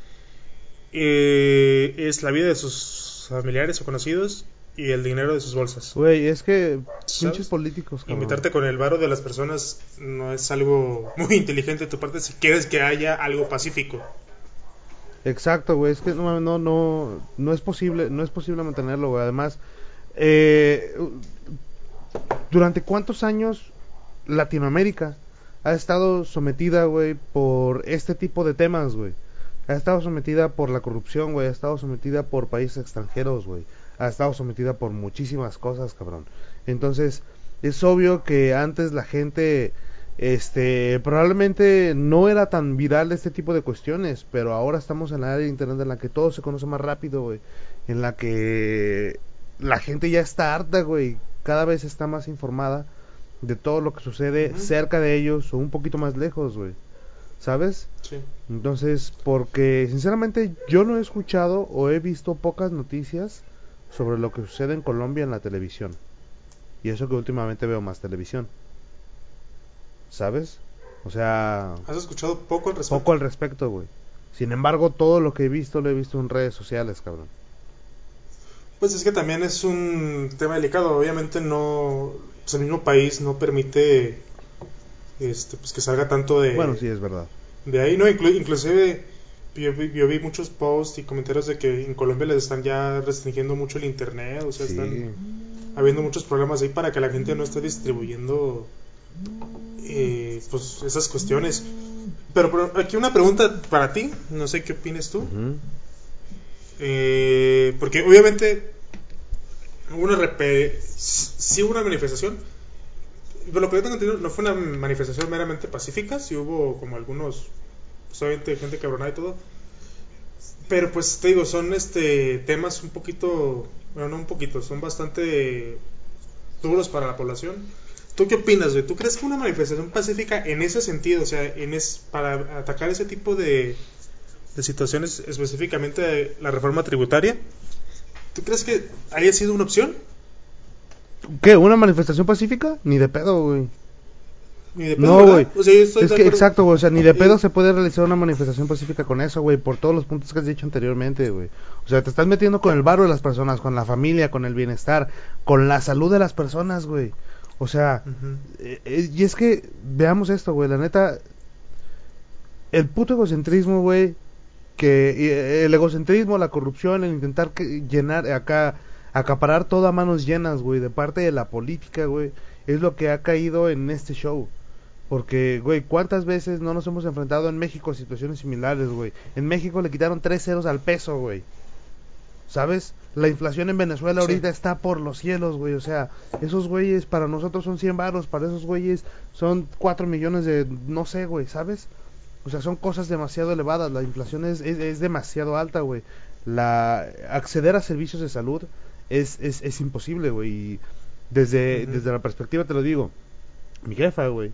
eh, es la vida de sus familiares o conocidos y el dinero de sus bolsas, Güey, es que pinches ¿sabes? políticos, Y cabrón. meterte con el varo de las personas no es algo muy inteligente de tu parte si quieres que haya algo pacífico. Exacto, güey, es que no, no, no, no es posible, no es posible mantenerlo, güey. Además, eh, ¿durante cuántos años Latinoamérica ha estado sometida, güey, por este tipo de temas, güey? Ha estado sometida por la corrupción, güey, ha estado sometida por países extranjeros, güey. Ha estado sometida por muchísimas cosas, cabrón. Entonces, es obvio que antes la gente, este, probablemente no era tan viral este tipo de cuestiones, pero ahora estamos en la era de internet en la que todo se conoce más rápido, güey. En la que la gente ya está harta, güey. Cada vez está más informada de todo lo que sucede Ujú. cerca de ellos o un poquito más lejos, güey. ¿Sabes? Sí. Entonces, porque sinceramente yo no he escuchado o he visto pocas noticias sobre lo que sucede en Colombia en la televisión. Y eso que últimamente veo más televisión. ¿Sabes? O sea, ¿Has escuchado poco al poco respecto? al respecto, güey. Sin embargo, todo lo que he visto lo he visto en redes sociales, cabrón. Pues es que también es un tema delicado. Obviamente no, pues el mismo país no permite, este, pues que salga tanto Bueno, de, sí, es verdad. de ahí, ¿no? Inclu- inclusive yo, vi- yo vi muchos posts y comentarios de que en Colombia les están ya restringiendo mucho el internet, o sea, están Sí. habiendo muchos problemas ahí para que la gente no esté distribuyendo, eh, pues esas cuestiones. Pero, pero aquí una pregunta para ti, no sé qué opinas tú. Ujú. Eh, porque obviamente hubo una repe- sí hubo una manifestación. Por lo que yo tengo entendido, no fue una manifestación meramente pacífica, sí hubo como algunos, pues obviamente gente cabronada y todo. Pero pues te digo, son este temas un poquito, bueno, no un poquito, son bastante duros para la población. ¿Tú qué opinas, güey? ¿Tú crees que una manifestación pacífica en ese sentido, o sea, en es, para atacar ese tipo de, de situaciones, específicamente la reforma tributaria, ¿tú crees que haya sido una opción? ¿Qué? ¿Una manifestación pacífica? Ni de pedo, güey. Ni de pedo, No, güey. ¿verdad? O sea, yo estoy Es de que, acuerdo. exacto, güey. O sea, ni de pedo Eh, se puede realizar una manifestación pacífica con eso, güey. Por todos los puntos que has dicho anteriormente, güey. O sea, te estás metiendo con ya. el barro de las personas, con la familia, con el bienestar, con la salud de las personas, güey. O sea, Ujú. eh, eh, y es que, veamos esto, güey. La neta, el puto egocentrismo, güey. Que y, eh, el egocentrismo, la corrupción, el intentar que, llenar acá, acaparar todo a manos llenas, güey, de parte de la política, güey. Es lo que ha caído en este show. Porque, güey, ¿cuántas veces no nos hemos enfrentado en México a situaciones similares, güey? En México le quitaron tres ceros al peso, güey. ¿Sabes? La inflación en Venezuela Sí. ahorita está por los cielos, güey. O sea, esos güeyes para nosotros son cien varos, para esos güeyes son cuatro millones de, no sé, güey, ¿sabes? O sea, son cosas demasiado elevadas. La inflación es, es, es demasiado alta, güey. La acceder a servicios de salud es, es, es imposible, güey. Y desde, Ujú. desde la perspectiva te lo digo. Mi jefa, güey,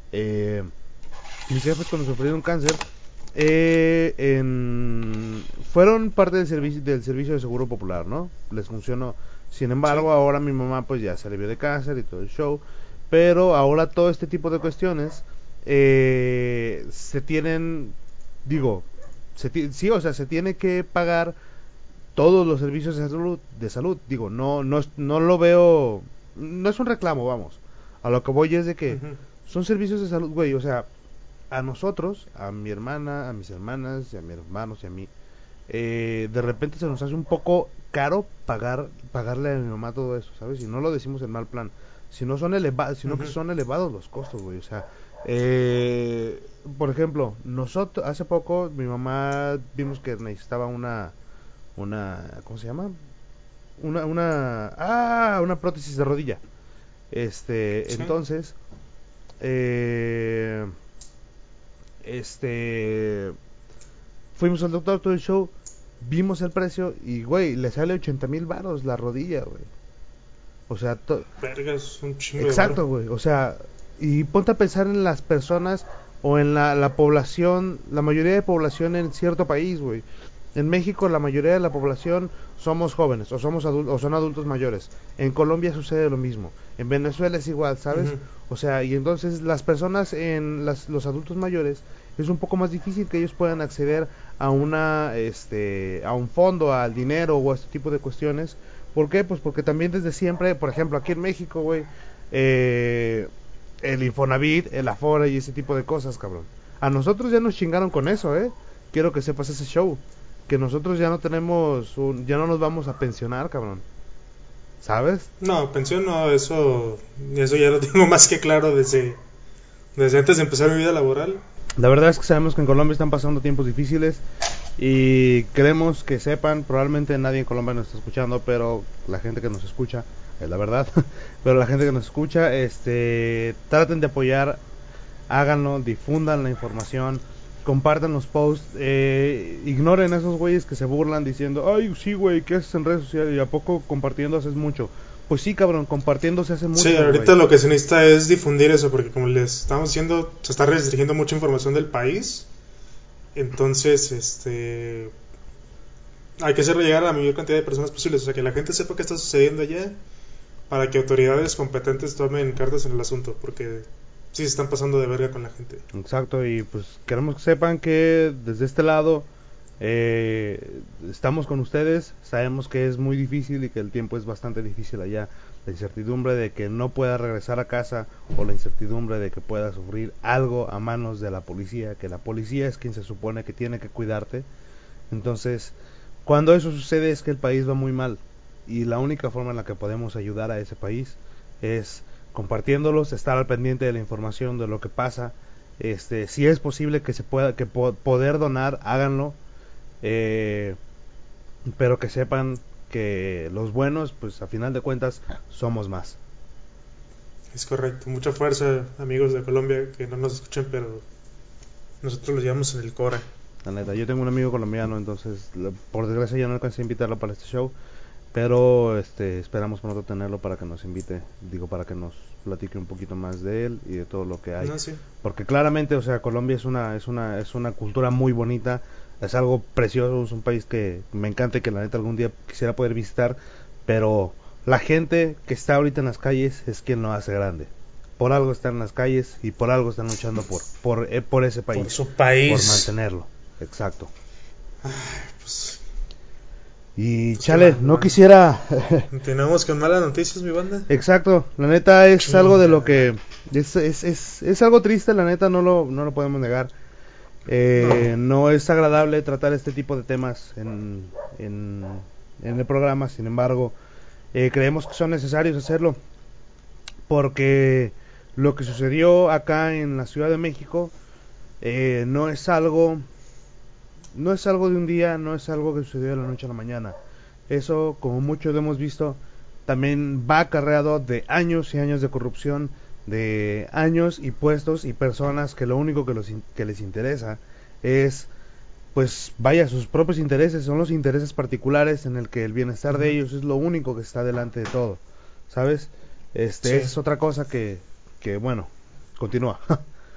Eh, mis jefes cuando sufrieron cáncer, eh, en, fueron parte del servicio, del servicio de seguro popular, ¿no? Les funcionó. Sin embargo, Sí. ahora mi mamá pues ya se alivió de cáncer y todo el show. Pero ahora todo este tipo de cuestiones eh, se tienen, digo, se ti- sí, o sea, se tiene que pagar todos los servicios de salud, de salud. Digo, no, no, es- no lo veo, no es un reclamo, vamos. A lo que voy es de que Ujú. son servicios de salud, güey, o sea, a nosotros, a mi hermana, a mis hermanas, y a mis hermanos y a mí, eh, de repente se nos hace un poco caro pagar pagarle a mi mamá todo eso, ¿sabes? Y no lo decimos en mal plan, sino son elevados, sino que Ujú. son elevados los costos, güey, o sea, eh, por ejemplo, nosotros hace poco mi mamá vimos que necesitaba una una ¿cómo se llama? Una una ah, una prótesis de rodilla. Este, Sí. entonces eh este fuimos al doctor todo el show, vimos el precio y, güey, le sale ochenta mil varos la rodilla, güey. O sea, to- Vergas, un chingo de varo. exacto, güey. O sea, y ponte a pensar en las personas o en la, la población, la mayoría de población en cierto país, güey. En México la mayoría de la población somos jóvenes o somos adultos o son adultos mayores. En Colombia sucede lo mismo. En Venezuela es igual, ¿sabes? Ujú. O sea, y entonces las personas en las, los adultos mayores es un poco más difícil que ellos puedan acceder a una este a un fondo, al dinero o a este tipo de cuestiones. ¿Por qué? Pues porque también desde siempre, por ejemplo, aquí en México, güey, eh, el Infonavit, el Afore y ese tipo de cosas, cabrón. A nosotros ya nos chingaron con eso, ¿eh? Quiero que sepas ese show. Que nosotros ya no tenemos, un, ya no nos vamos a pensionar, cabrón. ¿Sabes? No, pensión no, eso, eso ya lo tengo más que claro desde, desde antes de empezar mi vida laboral. La verdad es que sabemos que en Colombia están pasando tiempos difíciles y queremos que sepan, probablemente nadie en Colombia nos está escuchando, pero la gente que nos escucha, es la verdad, pero la gente que nos escucha, este, traten de apoyar, háganlo, difundan la información, compartan los posts, eh, ignoren a esos güeyes que se burlan diciendo, ay, sí, güey, ¿qué haces en redes sociales? ¿Y a poco compartiendo haces mucho? Pues sí, cabrón, compartiendo se hace Sí, mucho, güey. ahorita lo que se necesita es difundir eso, porque como les estamos diciendo, se está restringiendo mucha información del país. Entonces, este, hay que hacerlo llegar a la mayor cantidad de personas posibles, o sea, que la gente sepa qué está sucediendo allá, para que autoridades competentes tomen cartas en el asunto, porque sí se están pasando de verga con la gente. Exacto, y pues queremos que sepan que desde este lado eh, estamos con ustedes, sabemos que es muy difícil y que el tiempo es bastante difícil allá, la incertidumbre de que no pueda regresar a casa o la incertidumbre de que pueda sufrir algo a manos de la policía, que la policía es quien se supone que tiene que cuidarte. Entonces, cuando eso sucede es que el país va muy mal y la única forma en la que podemos ayudar a ese país es compartiéndolos, estar al pendiente de la información de lo que pasa. Este, si es posible que se pueda, que po poder donar, háganlo, eh, pero que sepan que los buenos, pues a final de cuentas, somos más. Es correcto, mucha fuerza, amigos de Colombia que no nos escuchan, pero nosotros los llevamos en el Cora. La neta, yo tengo un amigo colombiano, entonces por desgracia ya no alcancé a invitarlo para este show, pero este esperamos pronto tenerlo para que nos invite, digo, para que nos platique un poquito más de él y de todo lo que hay, No, sí. porque claramente, o sea, Colombia es una es una es una cultura muy bonita, es algo precioso, es un país que me encanta y que la neta algún día quisiera poder visitar, pero la gente que está ahorita en las calles es quien lo hace grande. Por algo están en las calles y por algo están luchando por por eh, por ese Por país, su por país. mantenerlo. Exacto. Ay, pues, Y pues qué chale, mal, no hermano. quisiera. Continuamos con malas noticias, mi banda. Exacto, la neta es algo de lo Chingada. que. Es, es, es, es algo triste, la neta, no lo, no lo podemos negar. No. Eh, no es agradable tratar este tipo de temas en, en, en el programa, sin embargo, eh, creemos que son necesarios hacerlo. Porque lo que sucedió acá en la Ciudad de México eh, no es algo. No es algo de un día, no es algo que sucedió de la noche a la mañana. Eso, como muchos lo hemos visto, también va acarreado de años y años de corrupción, de años y puestos y personas que lo único que, los, que les interesa es, pues, vaya, sus propios intereses, son los intereses particulares en el que el bienestar de Ujú. ellos es lo único que está delante de todo, ¿sabes? Este, esa Sí. es otra cosa que, que bueno, continúa.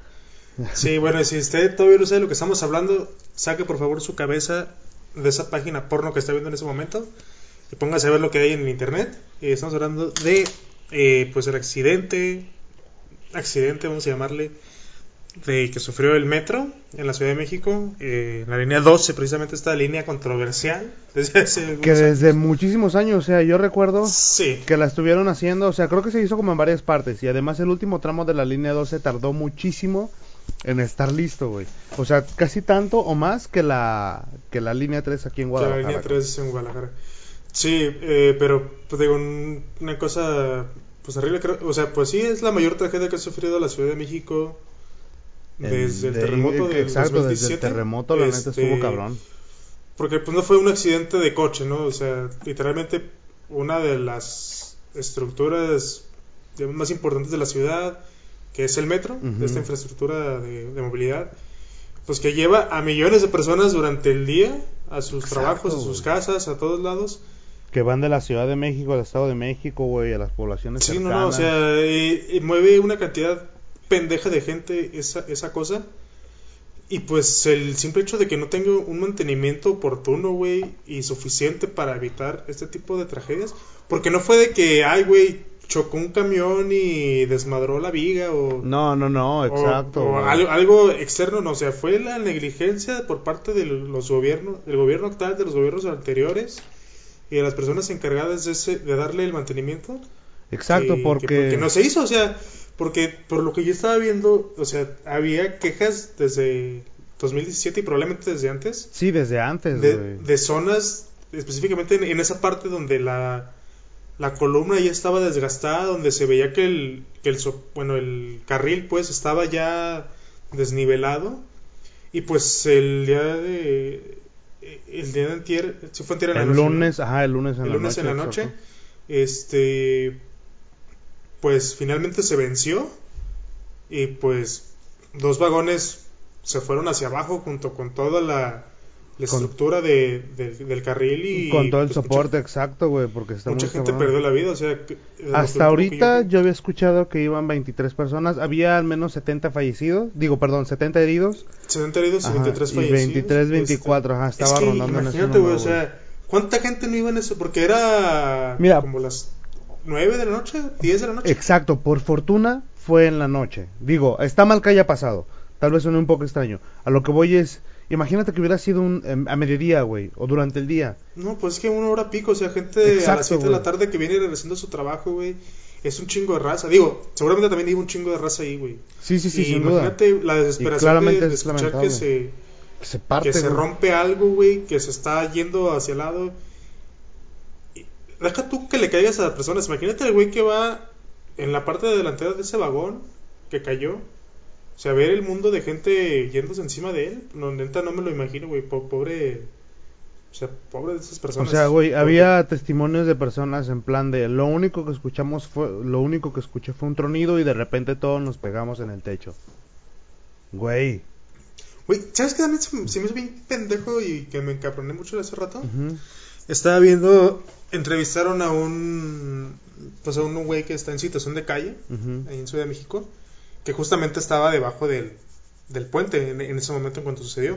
Sí, bueno, y si usted todavía no sabe lo que estamos hablando, saque por favor su cabeza de esa página porno que está viendo en ese momento y póngase a ver lo que hay en el internet. Eh, estamos hablando de, eh, pues, el accidente, accidente, vamos a llamarle, de que sufrió el metro en la Ciudad de México, eh, la línea doce, precisamente esta línea controversial desde hace Que desde años. muchísimos años, o sea, yo recuerdo sí. que la estuvieron haciendo, o sea, creo que se hizo como en varias partes, y además el último tramo de la línea doce tardó muchísimo en estar listo, güey. O sea, casi tanto o más que la que la línea tres aquí en Guadalajara. Que la línea tres en Guadalajara. Sí, eh, pero pues digo, un, una cosa pues horrible, creo, o sea, pues sí es la mayor tragedia que ha sufrido la Ciudad de México desde el, el de, terremoto del exacto, dos mil diecisiete. Desde el terremoto, la este, neta estuvo cabrón. Porque pues no fue un accidente de coche, ¿no? O sea, literalmente una de las estructuras digamos, más importantes de la ciudad, que es el metro, uh-huh. esta infraestructura de, de movilidad, pues que lleva a millones de personas durante el día a sus Exacto, trabajos, a sus casas, a todos lados. Que van de la Ciudad de México al Estado de México, güey, a las poblaciones sí, cercanas. Sí, no, no, o sea, y, y mueve una cantidad pendeja de gente esa, esa cosa. Y pues el simple hecho de que no tenga un mantenimiento oportuno, güey, y suficiente para evitar este tipo de tragedias. Porque no fue de que, ay, güey, chocó un camión y desmadró la viga o... No, no, no, exacto. O, o algo, algo externo, no, o sea, fue la negligencia por parte de los gobiernos, del gobierno actual, de los gobiernos anteriores y de las personas encargadas de, ese, de darle el mantenimiento. Exacto, que, porque... Que, porque no se hizo, o sea... Porque por lo que yo estaba viendo, o sea, había quejas desde dos mil diecisiete y probablemente desde antes. Sí, desde antes. De, de zonas, específicamente en, en esa parte donde la, la columna ya estaba desgastada, donde se veía que el, que el, bueno, el carril pues estaba ya desnivelado. Y pues el día de... El día de antier, se fue antier en la el noche. Lunes, ¿no? Ajá, el lunes en el la lunes noche. en la noche. Exacto. Este... Pues finalmente se venció y pues dos vagones se fueron hacia abajo junto con toda la, la estructura con, de, de, del carril y con todo el pues, soporte mucha, exacto, güey, porque está mucha muy gente cabrón. perdió la vida, o sea, hasta ahorita yo... yo había escuchado que iban veintitrés personas, había al menos setenta fallecidos, digo, perdón, setenta heridos. setenta heridos ajá, y veintitrés y fallecidos. veintitrés, veinticuatro, este, ajá, estaba es que rondando en imagínate, güey, o sea, ¿cuánta gente no iba en eso? Porque era Mira, como las nueve de la noche, diez de la noche. Exacto, por fortuna fue en la noche. Digo, está mal que haya pasado. Tal vez suene un poco extraño. A lo que voy es, imagínate que hubiera sido un, eh, a mediodía, güey, o durante el día. No, pues es que una hora pico, o sea, gente Exacto, a las siete de la tarde que viene regresando a su trabajo, güey. Es un chingo de raza. Digo, seguramente también iba un chingo de raza ahí, güey. Sí, sí, sí, y sin imagínate duda. la desesperación de, de escuchar lamentable. que se, que se parte, que se güey. rompe algo, güey, que se está yendo hacia el lado. Y deja tú que le caigas a las personas. Imagínate el güey que va en la parte delantera de ese vagón que cayó. O sea, ver el mundo de gente yéndose encima de él. No, neta, no me lo imagino, güey. Pobre. O sea, pobre de esas personas. O sea, güey, había testimonios de personas en plan de lo único que escuchamos fue, lo único que escuché fue un tronido y de repente todos nos pegamos en el techo. Güey. Güey, ¿sabes qué también se, se me hizo bien pendejo y que me encabroné mucho hace rato? Uh-huh. Estaba viendo, entrevistaron a un, pues a un güey que está en situación de calle, uh-huh. ahí en Ciudad de México, que justamente estaba debajo del, del puente en, en ese momento en cuanto sucedió.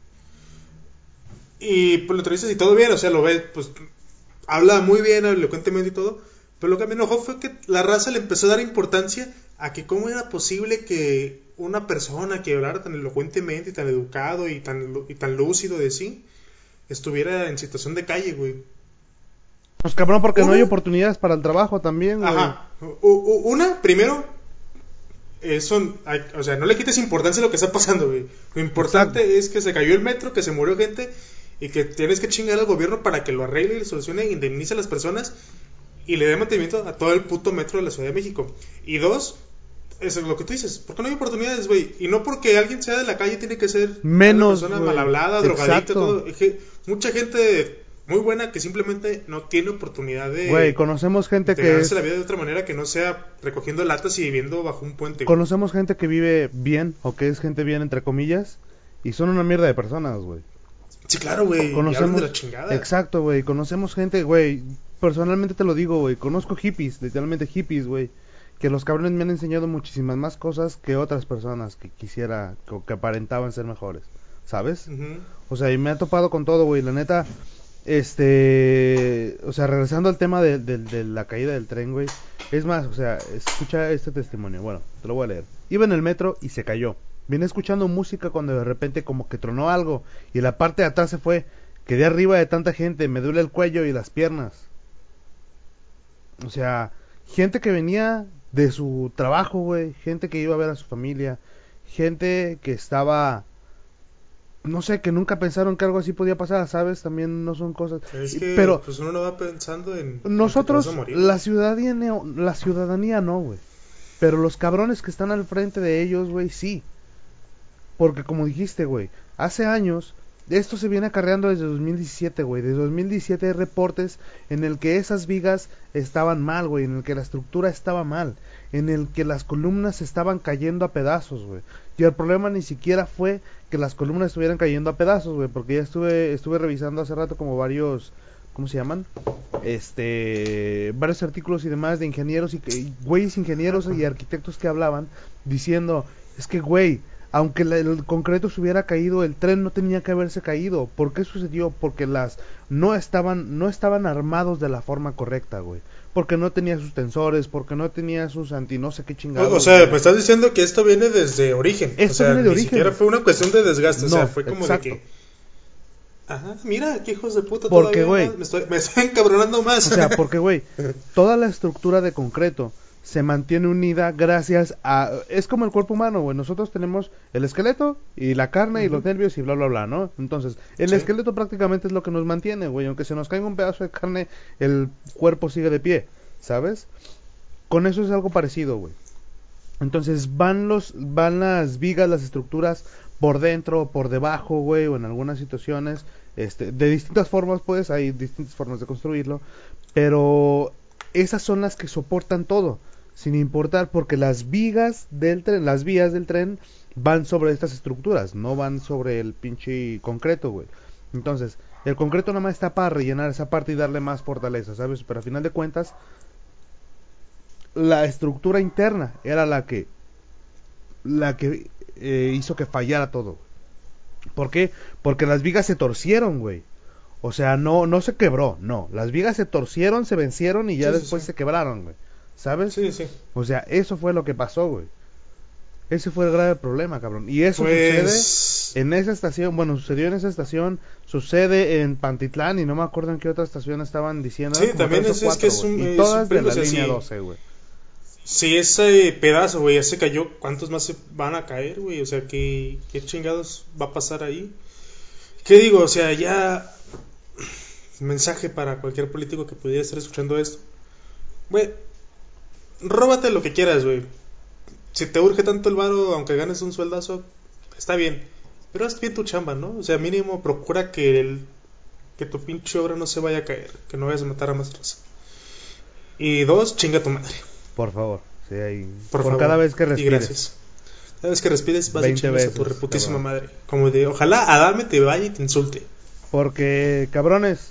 Y pues lo entrevistas y todo bien, o sea, lo ves, pues habla muy bien, elocuentemente y todo, pero lo que me enojó fue que la raza le empezó a dar importancia a que cómo era posible que una persona que hablara tan elocuentemente y tan educado y tan, y tan lúcido de sí estuviera en situación de calle, güey. Pues cabrón, porque una, no hay oportunidades para el trabajo también, güey. Ajá. U, u, una, primero, eso, hay, o sea, no le quites importancia a lo que está pasando, güey. Lo importante Exacto. es que se cayó el metro, que se murió gente y que tienes que chingar al gobierno para que lo arregle y le solucione e indemnice a las personas y le dé mantenimiento a todo el puto metro de la Ciudad de México. Y dos, eso es lo que tú dices, ¿por qué no hay oportunidades, güey? Y no porque alguien sea de la calle tiene que ser menos una persona mal hablada, drogadicta, todo. Es que mucha gente muy buena que simplemente no tiene oportunidad de... Güey, conocemos gente de que es... la vida de otra manera que no sea recogiendo latas y viviendo bajo un puente. Conocemos güey. gente que vive bien, o que es gente bien entre comillas, y son una mierda de personas, güey. Sí, claro, güey. Conocemos... de la chingada. Exacto, güey. Conocemos gente, güey. Personalmente te lo digo, güey. Conozco hippies, literalmente hippies, güey. que los cabrones me han enseñado muchísimas más cosas que otras personas que quisiera, que, que aparentaban ser mejores, ¿sabes? Ujú. O sea, y me ha topado con todo, güey, la neta, este, o sea, regresando al tema de, de, de la caída del tren, güey, es más, o sea, escucha este testimonio, bueno, te lo voy a leer. Iba en el metro y se cayó. Vine escuchando música cuando de repente como que tronó algo y la parte de atrás se fue. Quedé arriba de tanta gente, me duele el cuello y las piernas. O sea, gente que venía de su trabajo, güey, gente que iba a ver a su familia, gente que estaba, no sé, que nunca pensaron que algo así podía pasar, ¿sabes? También no son cosas. Es Y- que Pero pues uno no va pensando en, en que te vas a nosotros, morir, la güey. ciudadanía, la ciudadanía no, güey. Pero los cabrones que están al frente de ellos, güey, sí. Porque como dijiste, güey, hace años, esto se viene acarreando desde dos mil diecisiete, güey. Desde dos mil diecisiete hay reportes en el que esas vigas estaban mal, güey. En el que la estructura estaba mal. En el que las columnas estaban cayendo a pedazos, güey. Y el problema ni siquiera fue que las columnas estuvieran cayendo a pedazos, güey. Porque ya estuve, estuve revisando hace rato como varios, ¿cómo se llaman? Este, varios artículos y demás de ingenieros y que- güeyes ingenieros y arquitectos que hablaban diciendo, es que güey, aunque la- el concreto se hubiera caído, el tren no tenía que haberse caído. ¿Por qué sucedió? Porque las no estaban no estaban armados de la forma correcta, güey. Porque no tenía sus tensores, porque no tenía sus anti no sé qué O, o chingados, sea, güey. me estás diciendo que esto viene desde origen. O Esto sea, viene de ni origen. siquiera fue una cuestión de desgaste. O sea, No, fue como de exacto. que. Ajá, mira, qué hijos de puta Porque, todavía güey, más. Me estoy, me estoy encabronando más. o sea, porque, güey, toda la estructura de concreto se mantiene unida gracias a... Es como el cuerpo humano, güey. Nosotros tenemos el esqueleto y la carne y los Ujú. nervios y bla, bla, bla, ¿no? Entonces, el Sí. esqueleto prácticamente es lo que nos mantiene, güey. Aunque se nos caiga un pedazo de carne, el cuerpo sigue de pie, ¿sabes? Con eso es algo parecido, güey. Entonces, van los van las vigas, las estructuras por dentro o por debajo, güey, o en algunas situaciones, este, de distintas formas, pues, hay distintas formas de construirlo, pero esas son las que soportan todo, sin importar, porque las vigas del tren, las vías del tren van sobre estas estructuras, no van sobre el pinche concreto, güey. Entonces, el concreto nada más está para rellenar esa parte y darle más fortaleza, ¿sabes? Pero al final de cuentas, la estructura interna era la que, la que eh, hizo que fallara todo. ¿Por qué? Porque las vigas se torcieron, güey. O sea, no, no se quebró, no. Las vigas se torcieron, se vencieron y ya Sí, sí, después sí. se quebraron, güey. ¿Sabes? Sí, sí. O sea, eso fue lo que pasó, güey. Ese fue el grave problema, cabrón. Y eso sucede Pues. en esa estación, bueno, sucedió en esa estación, sucede en Pantitlán y no me acuerdo en qué otra estación estaban diciendo, eran Sí, como también tres o es, es que cuatro, es güey. un, Y es un todas de pedo. O la sea, línea si, doce, güey. si ese pedazo, güey, ya se cayó, ¿cuántos más se van a caer, güey? O sea, ¿qué, qué chingados va a pasar ahí? ¿Qué digo? O sea, ya. Mensaje para cualquier político que pudiera estar escuchando esto. Güey, róbate lo que quieras, güey. Si te urge tanto el varo, aunque ganes un sueldazo, está bien. Pero haz bien tu chamba, ¿no? O sea, mínimo procura que el, que tu pinche obra no se vaya a caer, que no vayas a matar a más raza. Y dos, chinga tu madre, Por favor, sí, ahí, por por cada favor. vez que Y respires. gracias. Cada vez que respires vas y veinte chingas a tu veces, reputísima cabrón. madre. Como de, ojalá Adame te vaya y te insulte. Porque, cabrones,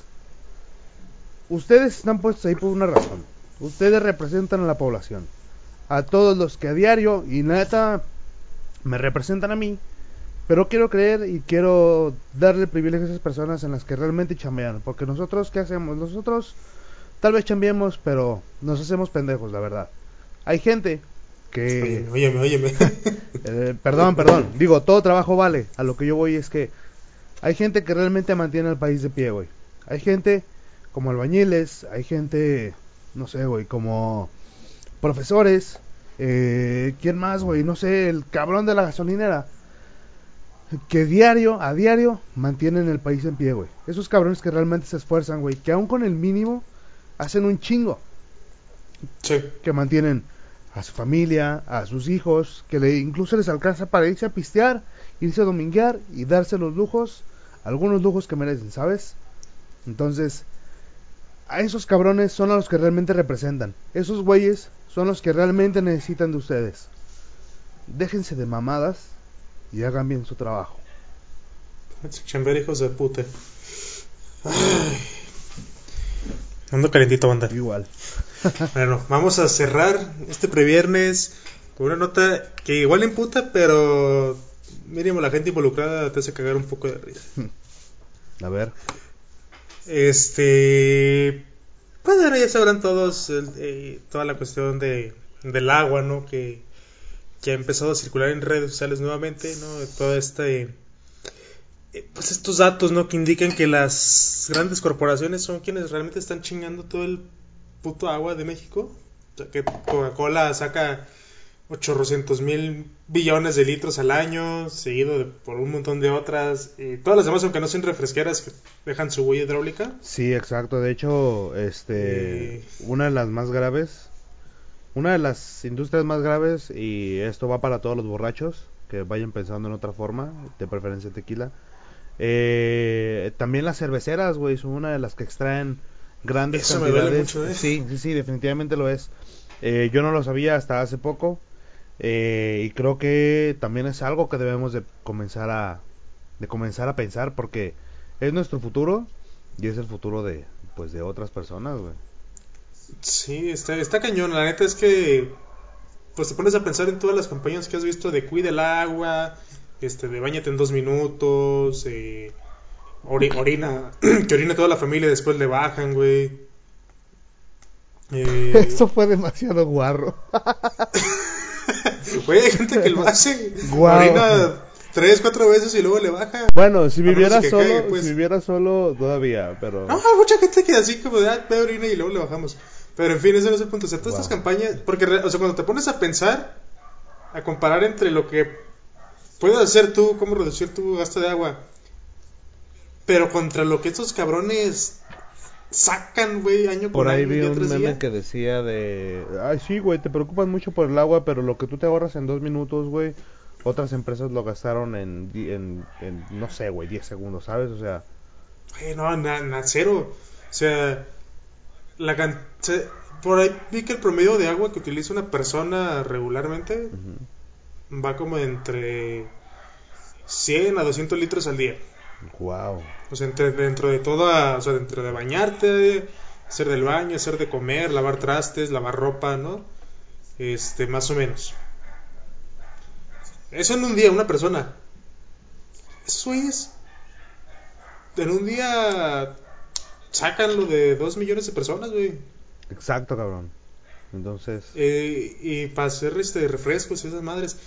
ustedes están puestos ahí por una razón. Ustedes representan a la población. A todos los que a diario, y neta, me representan a mí. Pero quiero creer y quiero darle privilegio a esas personas en las que realmente chambean. Porque nosotros, ¿qué hacemos? Nosotros tal vez chambeemos, pero nos hacemos pendejos, la verdad. Hay gente que... Óyeme, óyeme, óyeme. eh, perdón, perdón. Digo, todo trabajo vale. A lo que yo voy es que hay gente que realmente mantiene al país de pie, güey. Hay gente como albañiles, hay gente, no sé, güey, como profesores. Eh, ¿Quién más, güey? No sé, el cabrón de la gasolinera. Que diario, a diario, mantienen el país en pie, güey. Esos cabrones que realmente se esfuerzan, güey. Que aún con el mínimo, hacen un chingo. Sí. Que mantienen a su familia, a sus hijos. Que le, incluso les alcanza para irse a pistear, irse a dominguear y darse los lujos. Algunos lujos que merecen, ¿sabes? Entonces, a esos cabrones son a los que realmente representan. Esos güeyes son los que realmente necesitan de ustedes. Déjense de mamadas y hagan bien su trabajo. Chamber, hijos de puta. Ay. Ando calentito, banda. Igual. Bueno, vamos a cerrar este previernes con una nota que igual imputa, pero mínimo la gente involucrada te hace cagar un poco de risa. A ver. Este... Pues ahora ya sabrán todos el, eh, toda la cuestión de, del agua, ¿no? Que, que ha empezado a circular en redes sociales nuevamente, ¿no? De todo este... Eh, pues estos datos, ¿no? Que indican que las grandes corporaciones son quienes realmente están chingando todo el puto agua de México. O sea, que Coca-Cola saca ochocientos mil billones de litros al año, seguido de, por un montón de otras. Y todas las demás, aunque no sean refresqueras, que dejan su huella hidráulica. Sí, exacto. De hecho, este, Eh... una de las más graves, una de las industrias más graves, y esto va para todos los borrachos que vayan pensando en otra forma, de preferencia tequila. Eh, también las cerveceras, güey, son una de las que extraen grandes Eso me cantidades. duele mucho, ¿eh? Sí, sí, sí, definitivamente lo es. Eh, yo no lo sabía hasta hace poco. Eh, y creo que también es algo que debemos de comenzar a de comenzar a pensar, porque es nuestro futuro y es el futuro de pues de otras personas, güey. Sí, está, está cañón. La neta es que pues te pones a pensar en todas las campañas que has visto de cuida el agua, este, de bañate en dos minutos, eh, ori- orina, que orina toda la familia y después le bajan, güey. Eh, Eso fue demasiado guarro. Güey, hay gente que lo hace, Guau. orina tres, cuatro veces y luego le baja. Bueno, si A menos viviera de que solo, cague, pues. si viviera solo todavía, pero No, hay mucha gente que así como de, ah, ve orina y luego le bajamos. Pero en fin, ese no es el punto. O sea, todas Wow. estas campañas, porque, o sea, cuando te pones a pensar, a comparar entre lo que puedes hacer tú, cómo reducir tu gasto de agua, pero contra lo que estos cabrones sacan, güey, año por con ahí año, vi día un tras meme día. que decía de, ay sí, güey, te preocupas mucho por el agua, pero lo que tú te ahorras en dos minutos, güey, otras empresas lo gastaron en, di- en, en no sé, güey, diez segundos, ¿sabes? O sea, Güey, no, na, na, cero. O sea, la can- se- por ahí vi que el promedio de agua que utiliza una persona regularmente ujú. va como entre cien a doscientos litros al día. Wow. O sea, entre, dentro de toda, o sea, dentro de bañarte, hacer del baño, hacer de comer, lavar trastes, lavar ropa, ¿no? Este, más o menos. Eso en un día, una persona. Eso es. En un día sacan lo de dos millones de personas, güey. Exacto, cabrón. Entonces, Eh, y para hacer este refrescos y esas madres.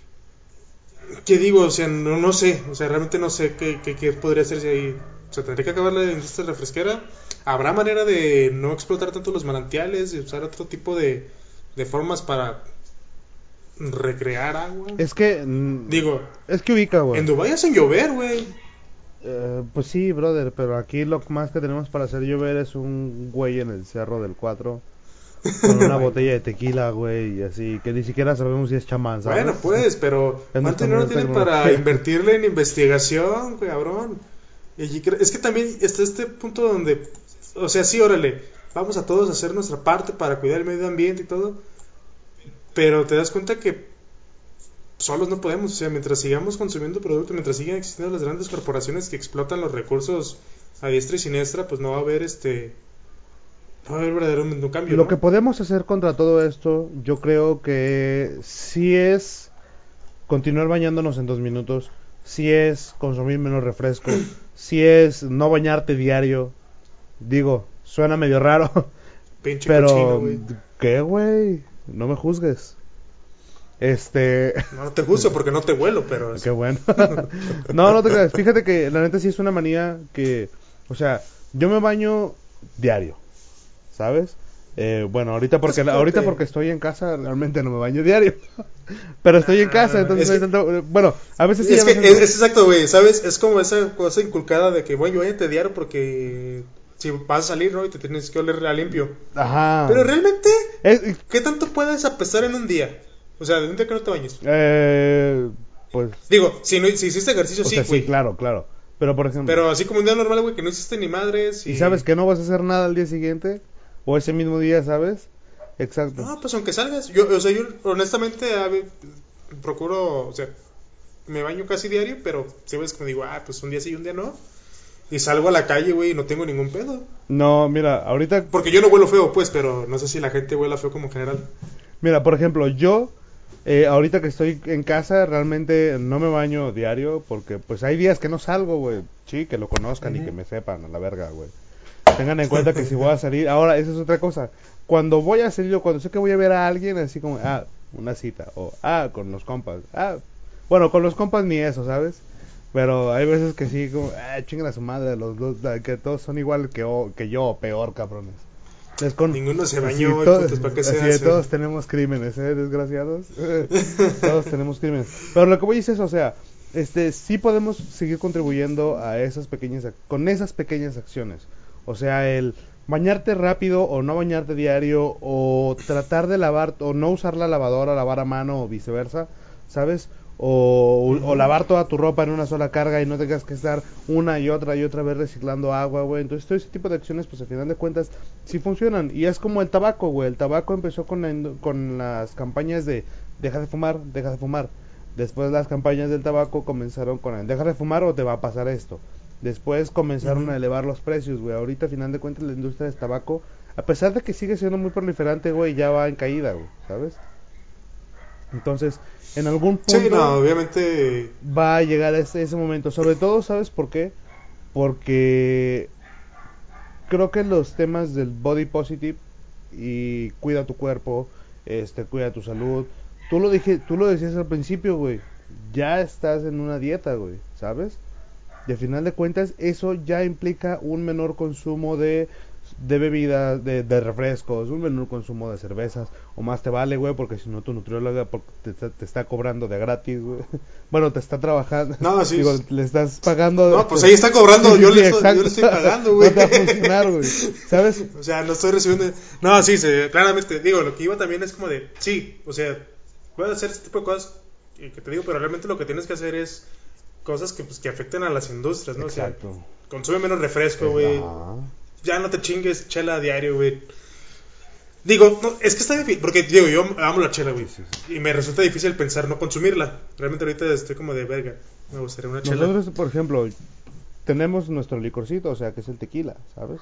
¿Qué digo? O sea, no, no sé. O sea, realmente no sé qué, qué, qué podría hacerse ahí. O sea, tendría que acabar la industria refresquera. ¿Habrá manera de no explotar tanto los manantiales y usar otro tipo de, de formas para recrear agua? es que, mm, Digo, es que ubica, güey. en Dubái hacen llover, güey. Eh, pues sí, brother, pero aquí lo más que tenemos para hacer llover es un güey en el cerro del cuatro con una Ay, botella no. de tequila, güey, y así, que ni siquiera sabemos si es chamán, ¿sabes? Bueno, pues, pero Es ¿cuánto nuestra dinero mayor tienen para tecnología. invertirle en investigación, cabrón? Y cre- es que también está este punto donde, o sea, sí, órale, vamos a todos a hacer nuestra parte para cuidar el medio ambiente y todo, pero te das cuenta que solos no podemos, o sea, mientras sigamos consumiendo productos, mientras sigan existiendo las grandes corporaciones que explotan los recursos a diestra y siniestra, pues no va a haber este, no va a haber verdaderamente un cambio, Lo que ¿no? podemos hacer contra todo esto, yo creo que sí es continuar bañándonos en dos minutos, sí es consumir menos refresco, sí es no bañarte diario. Digo, suena medio raro, Pinche cochino, pero güey. ¿qué, güey? No me juzgues. Este, No, no te juzgo porque no te huelo, pero qué es... bueno. No, no te creas. Fíjate que la neta sí es una manía que, o sea, yo me baño diario, ¿sabes? Eh, bueno, ahorita Pues porque ahorita porque fíjate. estoy en casa realmente no me baño diario. Pero estoy en casa, Ah, entonces es no hay que, tanto, bueno, a veces sí, es a que veces es, no. es exacto, güey, ¿sabes? Es como esa cosa inculcada de que, bueno, váyate diario porque si vas a salir, ¿no? Y te tienes que oler a limpio. Ajá. Pero realmente, Es- ¿qué tanto puedes apestar en un día? O sea, de un día que no te bañes. eh, pues, Digo, si, no, si hiciste ejercicio, o sí, sea, sí, güey. claro, claro. Pero por ejemplo, Pero así como un día normal, güey, que no hiciste ni madres ¿y sabes y... que no vas a hacer nada al día siguiente? O ese mismo día, ¿sabes? Exacto. No, pues aunque salgas. Yo, o sea, yo honestamente a ver, procuro, o sea, me baño casi diario, pero si ves que me digo, ah, pues un día sí y un día no. y salgo a la calle, güey, y no tengo ningún pedo. No, mira, ahorita... Porque yo no huelo feo, pues, pero no sé si la gente huela feo como en general. Mira, por ejemplo, yo, eh, ahorita que estoy en casa, realmente no me baño diario porque, pues, hay días que no salgo, güey. Sí, que lo conozcan Uh-huh. y que me sepan, a la verga, güey. Tengan en cuenta que si voy a salir... Ahora, esa es otra cosa. Cuando voy a salir o cuando sé que voy a ver a alguien, así como, ah, una cita, o, ah, con los compas, ah... Bueno, con los compas ni eso, ¿sabes? Pero hay veces que sí, como, ah, chingan a su madre, los dos, que todos son igual que, o, que yo, o peor, cabrones. Es con, Ninguno se así, bañó, to- putos, ¿para qué se así de hace? todos tenemos crímenes, ¿eh? Desgraciados. Todos tenemos crímenes. Pero lo que voy a decir es, o sea, este, sí podemos seguir contribuyendo a esas pequeñas, ac- con esas pequeñas acciones. O sea, el bañarte rápido o no bañarte diario o tratar de lavar o no usar la lavadora, lavar a mano o viceversa, ¿sabes? O, o Uh-huh. lavar toda tu ropa en una sola carga y no tengas que estar una y otra y otra vez reciclando agua, güey. Entonces todo ese tipo de acciones, pues al final de cuentas, sí funcionan. Y es como el tabaco, güey. El tabaco empezó con, la indu- con las campañas de deja de fumar, deja de fumar. Después las campañas del tabaco comenzaron con el deja de fumar o te va a pasar esto. Después comenzaron Uh-huh. a elevar los precios, güey. Ahorita, al final de cuentas, la industria del tabaco, a pesar de que sigue siendo muy proliferante, güey, ya va en caída, güey, ¿sabes? Entonces, en algún Sí, punto no, obviamente. va a llegar ese, ese momento. Sobre todo, ¿sabes por qué? Porque creo que los temas del body positive y cuida tu cuerpo, este, cuida tu salud. Tú lo dije, tú lo decías al principio, güey. Ya estás en una dieta, güey, ¿sabes? Y al final de cuentas, eso ya implica un menor consumo de, de bebidas, de, de refrescos, un menor consumo de cervezas. O más te vale, güey, porque si no tu nutrióloga porque te, está- te está cobrando de gratis, güey. Bueno, te está trabajando. No, sí. Digo, le estás pagando. No, pues ahí está cobrando, Sí, sí, yo, sí, le estoy, yo exacto. le estoy pagando, No güey. te va a funcionar, güey. ¿Sabes? O sea, no estoy recibiendo. No, sí, se, claramente. Digo, lo que iba también es como de. Sí, o sea, puedes hacer este tipo de cosas eh, que te digo, pero realmente lo que tienes que hacer es cosas que, pues, que afecten a las industrias, ¿no? O sea, Exacto. consume menos refresco, Es- güey. Ajá. Ya no te chingues chela a diario, güey. Digo, no, es que está difícil, porque digo, yo amo la chela, güey. Sí, sí, sí. Y me resulta difícil pensar no consumirla. Realmente ahorita estoy como de verga. Me gustaría una chela. Nosotros, por ejemplo, tenemos nuestro licorcito, o sea, que es el tequila, ¿sabes?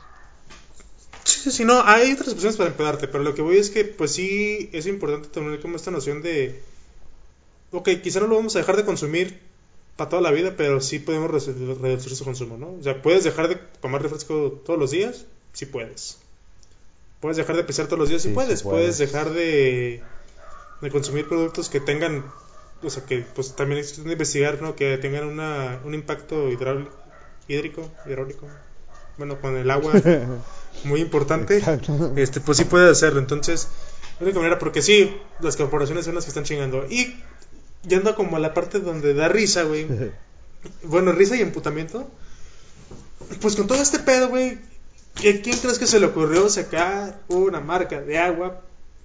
Sí, sí, sí, no, hay otras opciones para empedarte, pero lo que voy es que, pues sí, es importante tener como esta noción de, ok, quizá no lo vamos a dejar de consumir para toda la vida, pero sí podemos reducir, reducir su consumo, ¿no? O sea, ¿puedes dejar de tomar refresco todos los días? Sí puedes. ¿Puedes dejar de pisar todos los días? Sí Sí, sí puedes. Puedes puedes. dejar de, de consumir productos que tengan, o sea, que pues también existen de investigar, ¿no? Que tengan una, un impacto hidráulico, hídrico, hidráulico, bueno, con el agua muy importante, Exacto. este, pues sí puede hacerlo. Entonces, la única manera, porque sí, las corporaciones son las que están chingando. Y yendo como a la parte donde da risa, güey. Bueno, risa y emputamiento. Pues con todo este pedo, güey. ¿Quién crees que se le ocurrió sacar una marca de agua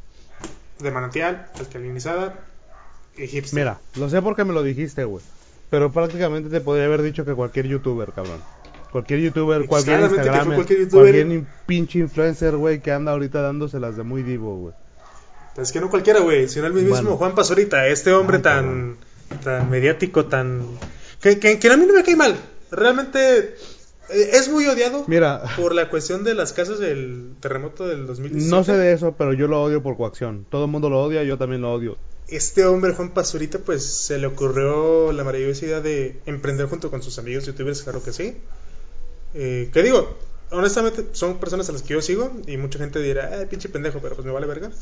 de manantial, alcalinizada y hipster? Mira, lo sé porque me lo dijiste, güey. Pero prácticamente te podría haber dicho que cualquier youtuber, cabrón. Cualquier youtuber, Y pues cualquier claramente que fue instagramer, cualquier cualquier youtuber. in- pinche influencer, güey, que anda ahorita dándoselas de muy divo, güey. Pues que no cualquiera, güey, sino el mismo Bueno. Juan Pazurita, este hombre Ay, tan, cabrón. tan mediático, tan... Que, que, que a mí no me cae mal. Realmente eh, es muy odiado Mira, por la cuestión de las casas del terremoto del dos mil no sé diecisiete. de eso, pero yo lo odio por coacción. Todo el mundo lo odia, yo también lo odio. Este hombre, Juan Pazurita, pues se le ocurrió la maravillosa idea de emprender junto con sus amigos youtubers, claro que sí. Eh, ¿Qué digo? Honestamente, son personas a las que yo sigo y mucha gente dirá, ay, pinche pendejo, pero pues me vale verga.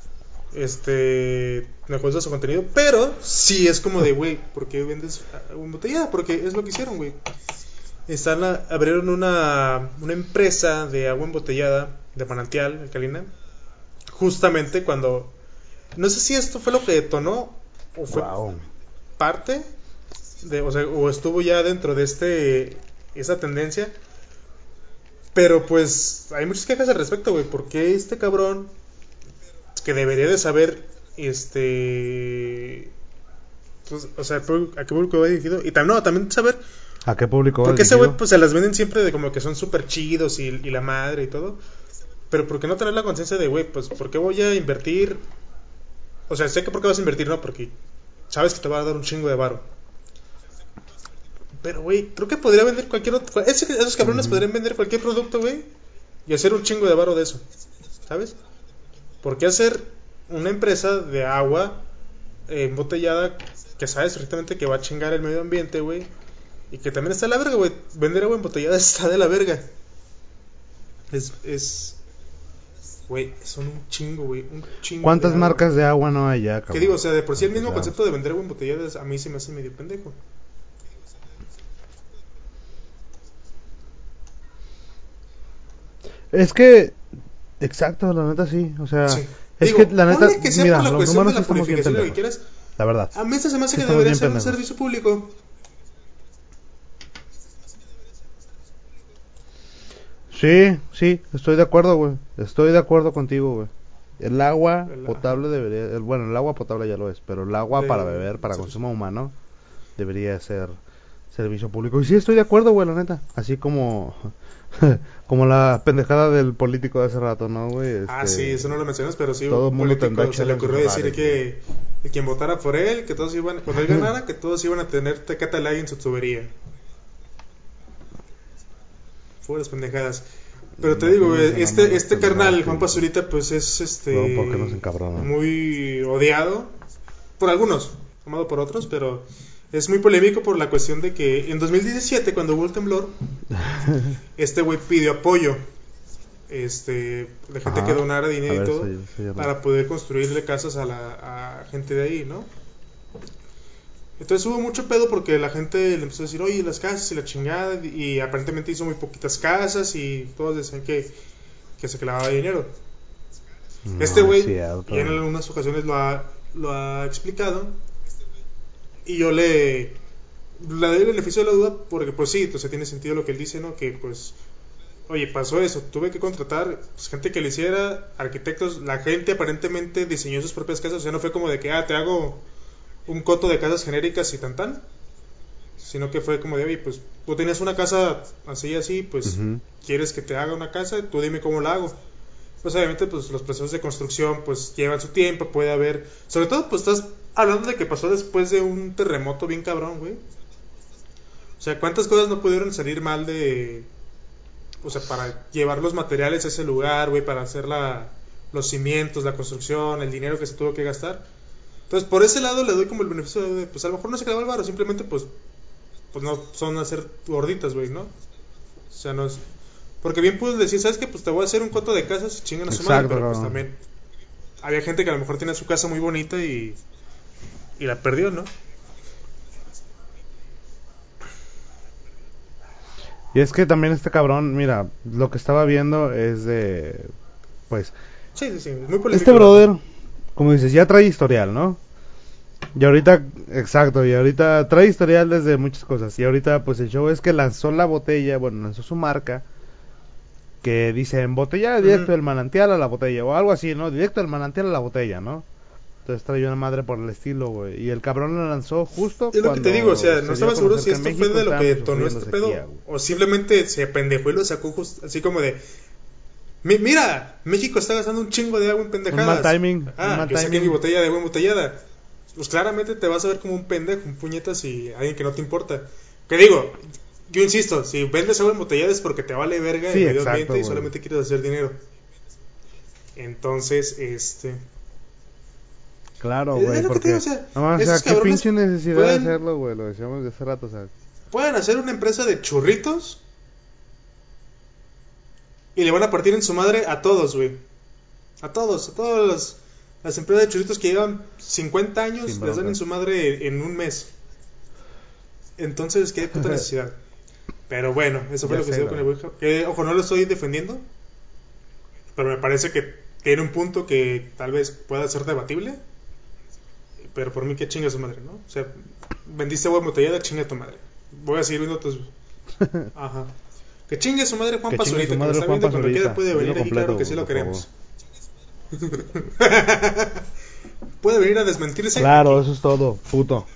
Este, me gusta su contenido, pero sí es como de, güey, ¿por qué vendes agua embotellada? Porque es lo que hicieron, güey. Están a- abrieron una, una empresa de agua embotellada, de manantial, alcalina, justamente cuando, no sé si esto fue lo que detonó o fue Wow. parte de, o sea, o estuvo ya dentro de este, esa tendencia, pero pues hay muchas quejas al respecto, güey, porque este cabrón que debería de saber, este, pues, o sea, a qué público va dirigido, y también, no, también saber, ¿A qué público va porque ese güey, dirigido? pues se las venden siempre de como que son súper chidos y, y la madre y todo, pero ¿por qué no tener la conciencia de, güey, pues, ¿por qué voy a invertir? O sea, sé que por qué vas a invertir, ¿no? Porque sabes que te va a dar un chingo de varo. Pero, güey, creo que podría vender cualquier otro. Ese, esos cabrones uh-huh. podrían vender cualquier producto, güey, y hacer un chingo de varo de eso, ¿sabes? ¿Por qué hacer una empresa de agua eh, embotellada que sabes perfectamente que va a chingar el medio ambiente, güey? Y que también está de la verga, güey. Vender agua embotellada está de la verga. Es, es, güey, son un chingo, güey, un chingo. ¿Cuántas de marcas de agua no hay ya, cabrón? ¿Qué digo? O sea, de por sí el mismo concepto de vender agua embotellada a mí se me hace medio pendejo. Es que, exacto, la neta sí, o sea, sí. es digo, que la neta, que sea mira, por la los cuestión humanos de la sí estamos bien purificación, lo que pendejos, quieras, la verdad. A mí se me hace Sí que debería ser pendejos. un servicio público. Sí, sí, estoy de acuerdo, güey. Estoy de acuerdo contigo, güey. El agua El- potable debería, el, bueno, el agua potable ya lo es, pero el agua De- para beber, para sí, consumo humano, debería ser servicio público. Y sí, estoy de acuerdo, güey, la neta. Así como, como la pendejada del político de hace rato, ¿no, güey? Este, Ah, sí, eso no lo mencionas, pero sí, todo el un mundo político tendrá se le chela en sus ocurrió decir hogares, que, que quien votara por él, que todos iban, cuando él ganara, que todos iban a tener Tecate Light en su tubería. Fueras pendejadas. Pero te digo, Imagínense este, nada más este el carnal, debate, Juan Pazurita, pues es luego, ¿por qué nos este encabronan? muy odiado por algunos, amado por otros, pero es muy polémico por la cuestión de que en dos mil diecisiete, cuando hubo el temblor, este güey pidió apoyo este de gente Ajá. que donara dinero A ver, y todo sí, sí, para poder construirle casas a la a gente de ahí, ¿no? Entonces hubo mucho pedo porque la gente le empezó a decir, oye, las casas y la chingada, y aparentemente hizo muy poquitas casas y todos decían que, que se clavaba dinero. No, Este güey, cierto. y en algunas ocasiones lo ha, lo ha explicado, y yo le, le doy el beneficio de la duda porque pues sí, entonces tiene sentido lo que él dice, ¿no? Que pues, oye, pasó eso, tuve que contratar pues, gente que le hiciera, arquitectos, la gente aparentemente diseñó sus propias casas, o sea, no fue como de que, ah, te hago un coto de casas genéricas y tan tan, sino que fue como de, oye, pues tú tenías una casa así y así, pues Uh-huh. quieres que te haga una casa, tú dime cómo la hago. Pues obviamente pues los procesos de construcción pues llevan su tiempo, puede haber, sobre todo pues estás hablando de que pasó después de un terremoto bien cabrón, güey. O sea, cuántas cosas no pudieron salir mal de, o sea, para llevar los materiales a ese lugar, güey, para hacer la, los cimientos, la construcción, el dinero que se tuvo que gastar. Entonces, por ese lado le doy como el beneficio de, pues a lo mejor no se clavó el varo, simplemente pues pues no son hacer gorditas, güey, ¿no? O sea, no es... Porque bien puedes decir, ¿sabes qué? Pues te voy a hacer un coto de casas y chingan a su madre, Exacto, pero pues cabrón. también había gente que a lo mejor tenía su casa muy bonita y, y la perdió, ¿no? Y es que también este cabrón, mira, lo que estaba viendo es de, pues, Sí, sí, sí, es muy polémico. este brother, como dices, ya trae historial, ¿no? Y ahorita, exacto, y ahorita trae historial desde muchas cosas. Y ahorita, pues el show es que lanzó la botella, bueno, lanzó su marca, que dice embotellada directo Uh-huh. del manantial a la botella, o algo así, ¿no? Directo del manantial a la botella, ¿no? Entonces trae una madre por el estilo, güey. Y el cabrón lo lanzó justo Es lo que te digo, o sea, cuando no se dio a estaba seguro conocer si que en esto fue México de lo que estábamos detonó sufriendo este sequía, pedo güey. o simplemente se pendejó y lo sacó just, así como de... "Mi- Mira, México está gastando un chingo de agua en pendejadas. Un mal timing, Ah, un mal yo saqué timing. mi botella de agua embotellada. Pues claramente te vas a ver como un pendejo, un puñetas y alguien que no te importa. Que digo, yo insisto, si vendes agua embotellada es porque te vale verga Sí, el medio exacto, ambiente y güey. solamente quieres hacer dinero. Entonces, este... Claro, Es güey, lo que te digo, porque... o sea, No, o sea, esos qué cabrones pinche necesidad de pueden, hacerlo, güey. Lo decíamos de hace rato, o sea... pueden hacer una empresa de churritos y le van a partir en su madre a todos, güey. A todos, a todas las, las empresas de churritos que llevan cincuenta años, Sin les dan en broncas. su madre en un mes. Entonces, qué puta necesidad. Pero bueno, eso fue Ya lo que se sé, dio con el güey. güey. Que, ojo, no lo estoy defendiendo, pero me parece que tiene un punto que tal vez pueda ser debatible. Pero por mí que chinga su madre, ¿no? O sea, vendiste agua embotellada, chinga tu madre. Voy a seguir viendo tus... Ajá. Que chingue su madre Juan Que chingue Pazurita, su que me madre está Juan viendo cuando quiera Pazurita. puede Dilo venir aquí, completo, claro que sí lo por favor. queremos. Puede venir a desmentirse Claro, aquí. eso es todo, puto.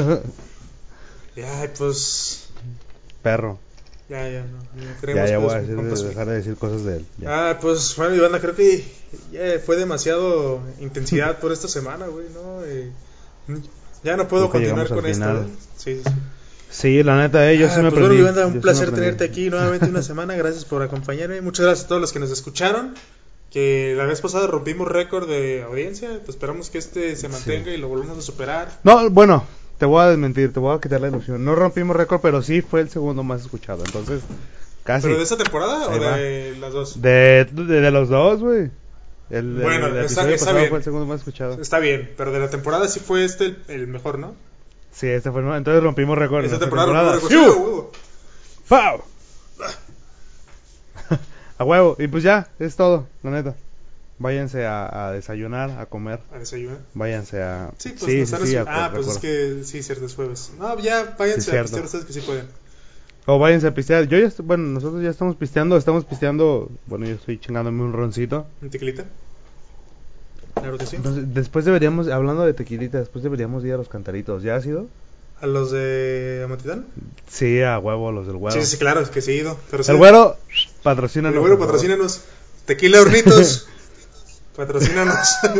Ay, pues... Perro. Ya, ya, no, no Ya, queremos ya voy pedos a con decir, Juan Pazurita. dejar de decir cosas de él. Ya. Ah, pues bueno, Ivana, creo que ya fue demasiado intensidad por esta semana, güey, ¿no? Eh, ya no puedo Creo que continuar llegamos al con esto, ¿eh? final. Sí, sí, sí. Sí, la neta, eh, yo Ah, sí me pues aprendí. bueno, Iván, un yo sí placer me aprendí. tenerte aquí nuevamente una semana. Gracias por acompañarme. Muchas gracias a todos los que nos escucharon. Que la vez pasada rompimos récord de audiencia. Pues esperamos que este se mantenga Sí. y lo volvamos a superar. No, bueno, te voy a desmentir, te voy a quitar la ilusión. No rompimos récord, pero sí fue el segundo más escuchado. Entonces, casi. ¿Pero de esta temporada Ahí o va. de las dos? De, de, de los dos, güey. El, Bueno, el está, episodio está pasado bien. fue el segundo más escuchado. Está bien, pero de la temporada sí fue este el, el mejor, ¿no? Sí, este fue el entonces rompimos récord. Esta Nuestra temporada rompimos ¡Siu! récord. Sí, a huevo. ¡Pau! A huevo. Y pues ya, es todo, la neta. Váyanse a, a desayunar, a comer. A desayunar. Váyanse a... Sí, pues sí, nos sí, están sí, escu- a- Ah, pues es recuerdo. que sí, cierto, es jueves. No, ya Sí, váyanse a cierto. pistear ustedes que sí pueden. O váyanse a pistear. Yo ya, estoy- bueno, nosotros ya estamos pisteando, estamos pisteando... Bueno, yo estoy chingándome un roncito. ¿Un tequilita? Claro que sí. Entonces, después deberíamos, hablando de tequilita, después deberíamos ir a los cantaritos. ¿Ya has ido? ¿A los de Amatitán? Sí, a huevo, los del güero. Sí, sí, claro, es que sí he ido. Pero sí, El güero, patrocínanos. el güero, por favor. patrocínanos. Tequila Hornitos. Patrocínanos.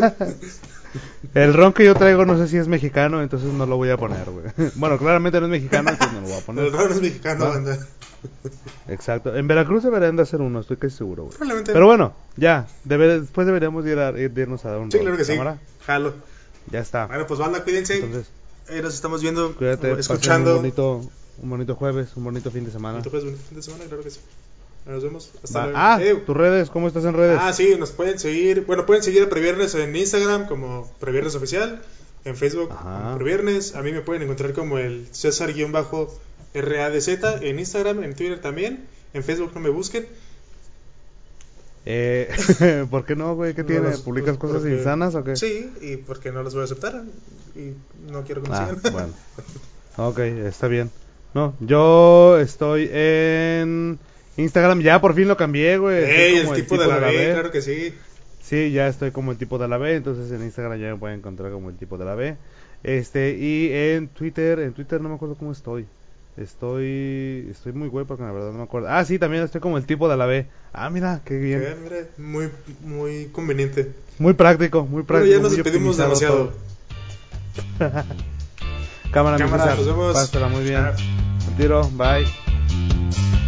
El ron que yo traigo no sé si es mexicano, entonces no lo voy a poner, güey. Bueno, claramente no es mexicano, entonces no lo voy a poner. El ron es mexicano, Va. banda. Exacto. En Veracruz deberían de hacer uno, estoy casi seguro, güey. Probablemente. Pero bueno, ya. Debe, después deberíamos ir a, ir, de irnos a dar un Sí, ron. claro que sí. ¿Cámara? Jalo. Ya está. Bueno, pues banda, cuídense. Entonces, Ahí nos estamos viendo, cuídate, o pasen escuchando. un bonito, un bonito jueves, un bonito fin de semana. ¿Y tú puedes bonito fin de semana? Claro que sí. Nos vemos. Hasta Va. luego. Ah, Eh, tus redes, ¿cómo estás en redes? Ah, sí, nos pueden seguir. Bueno, pueden seguir a Previernes en Instagram como Previernes Oficial. En Facebook Ajá. como Previernes. A mí me pueden encontrar como el César-R A D Z en Instagram, en Twitter también. En Facebook no me busquen. Eh, ¿por qué no, güey? ¿Qué No tiene? los- ¿Publicas pues, cosas porque- insanas o qué? Sí, y porque no los voy a aceptar. Y no quiero que me Ah, sigan. bueno. Ok, está bien. No, yo estoy en Instagram, ya por fin lo cambié, güey. Estoy Ey, el como tipo, de la B, claro que sí. Sí, ya estoy como el tipo de la B, entonces en Instagram ya me pueden encontrar como el tipo de la B. Este, y en Twitter, en Twitter no me acuerdo cómo estoy. Estoy estoy muy güey porque la verdad no me acuerdo. Ah, sí, también estoy como el tipo de la B. Ah, mira, qué bien. Que, mira, muy, muy conveniente. Muy práctico, muy Bueno, práctico. ya nos muy despedimos optimizado demasiado. todo. Cámara, mi Cámara, César, nos vemos. pásala muy bien. Chao. Un tiro, bye.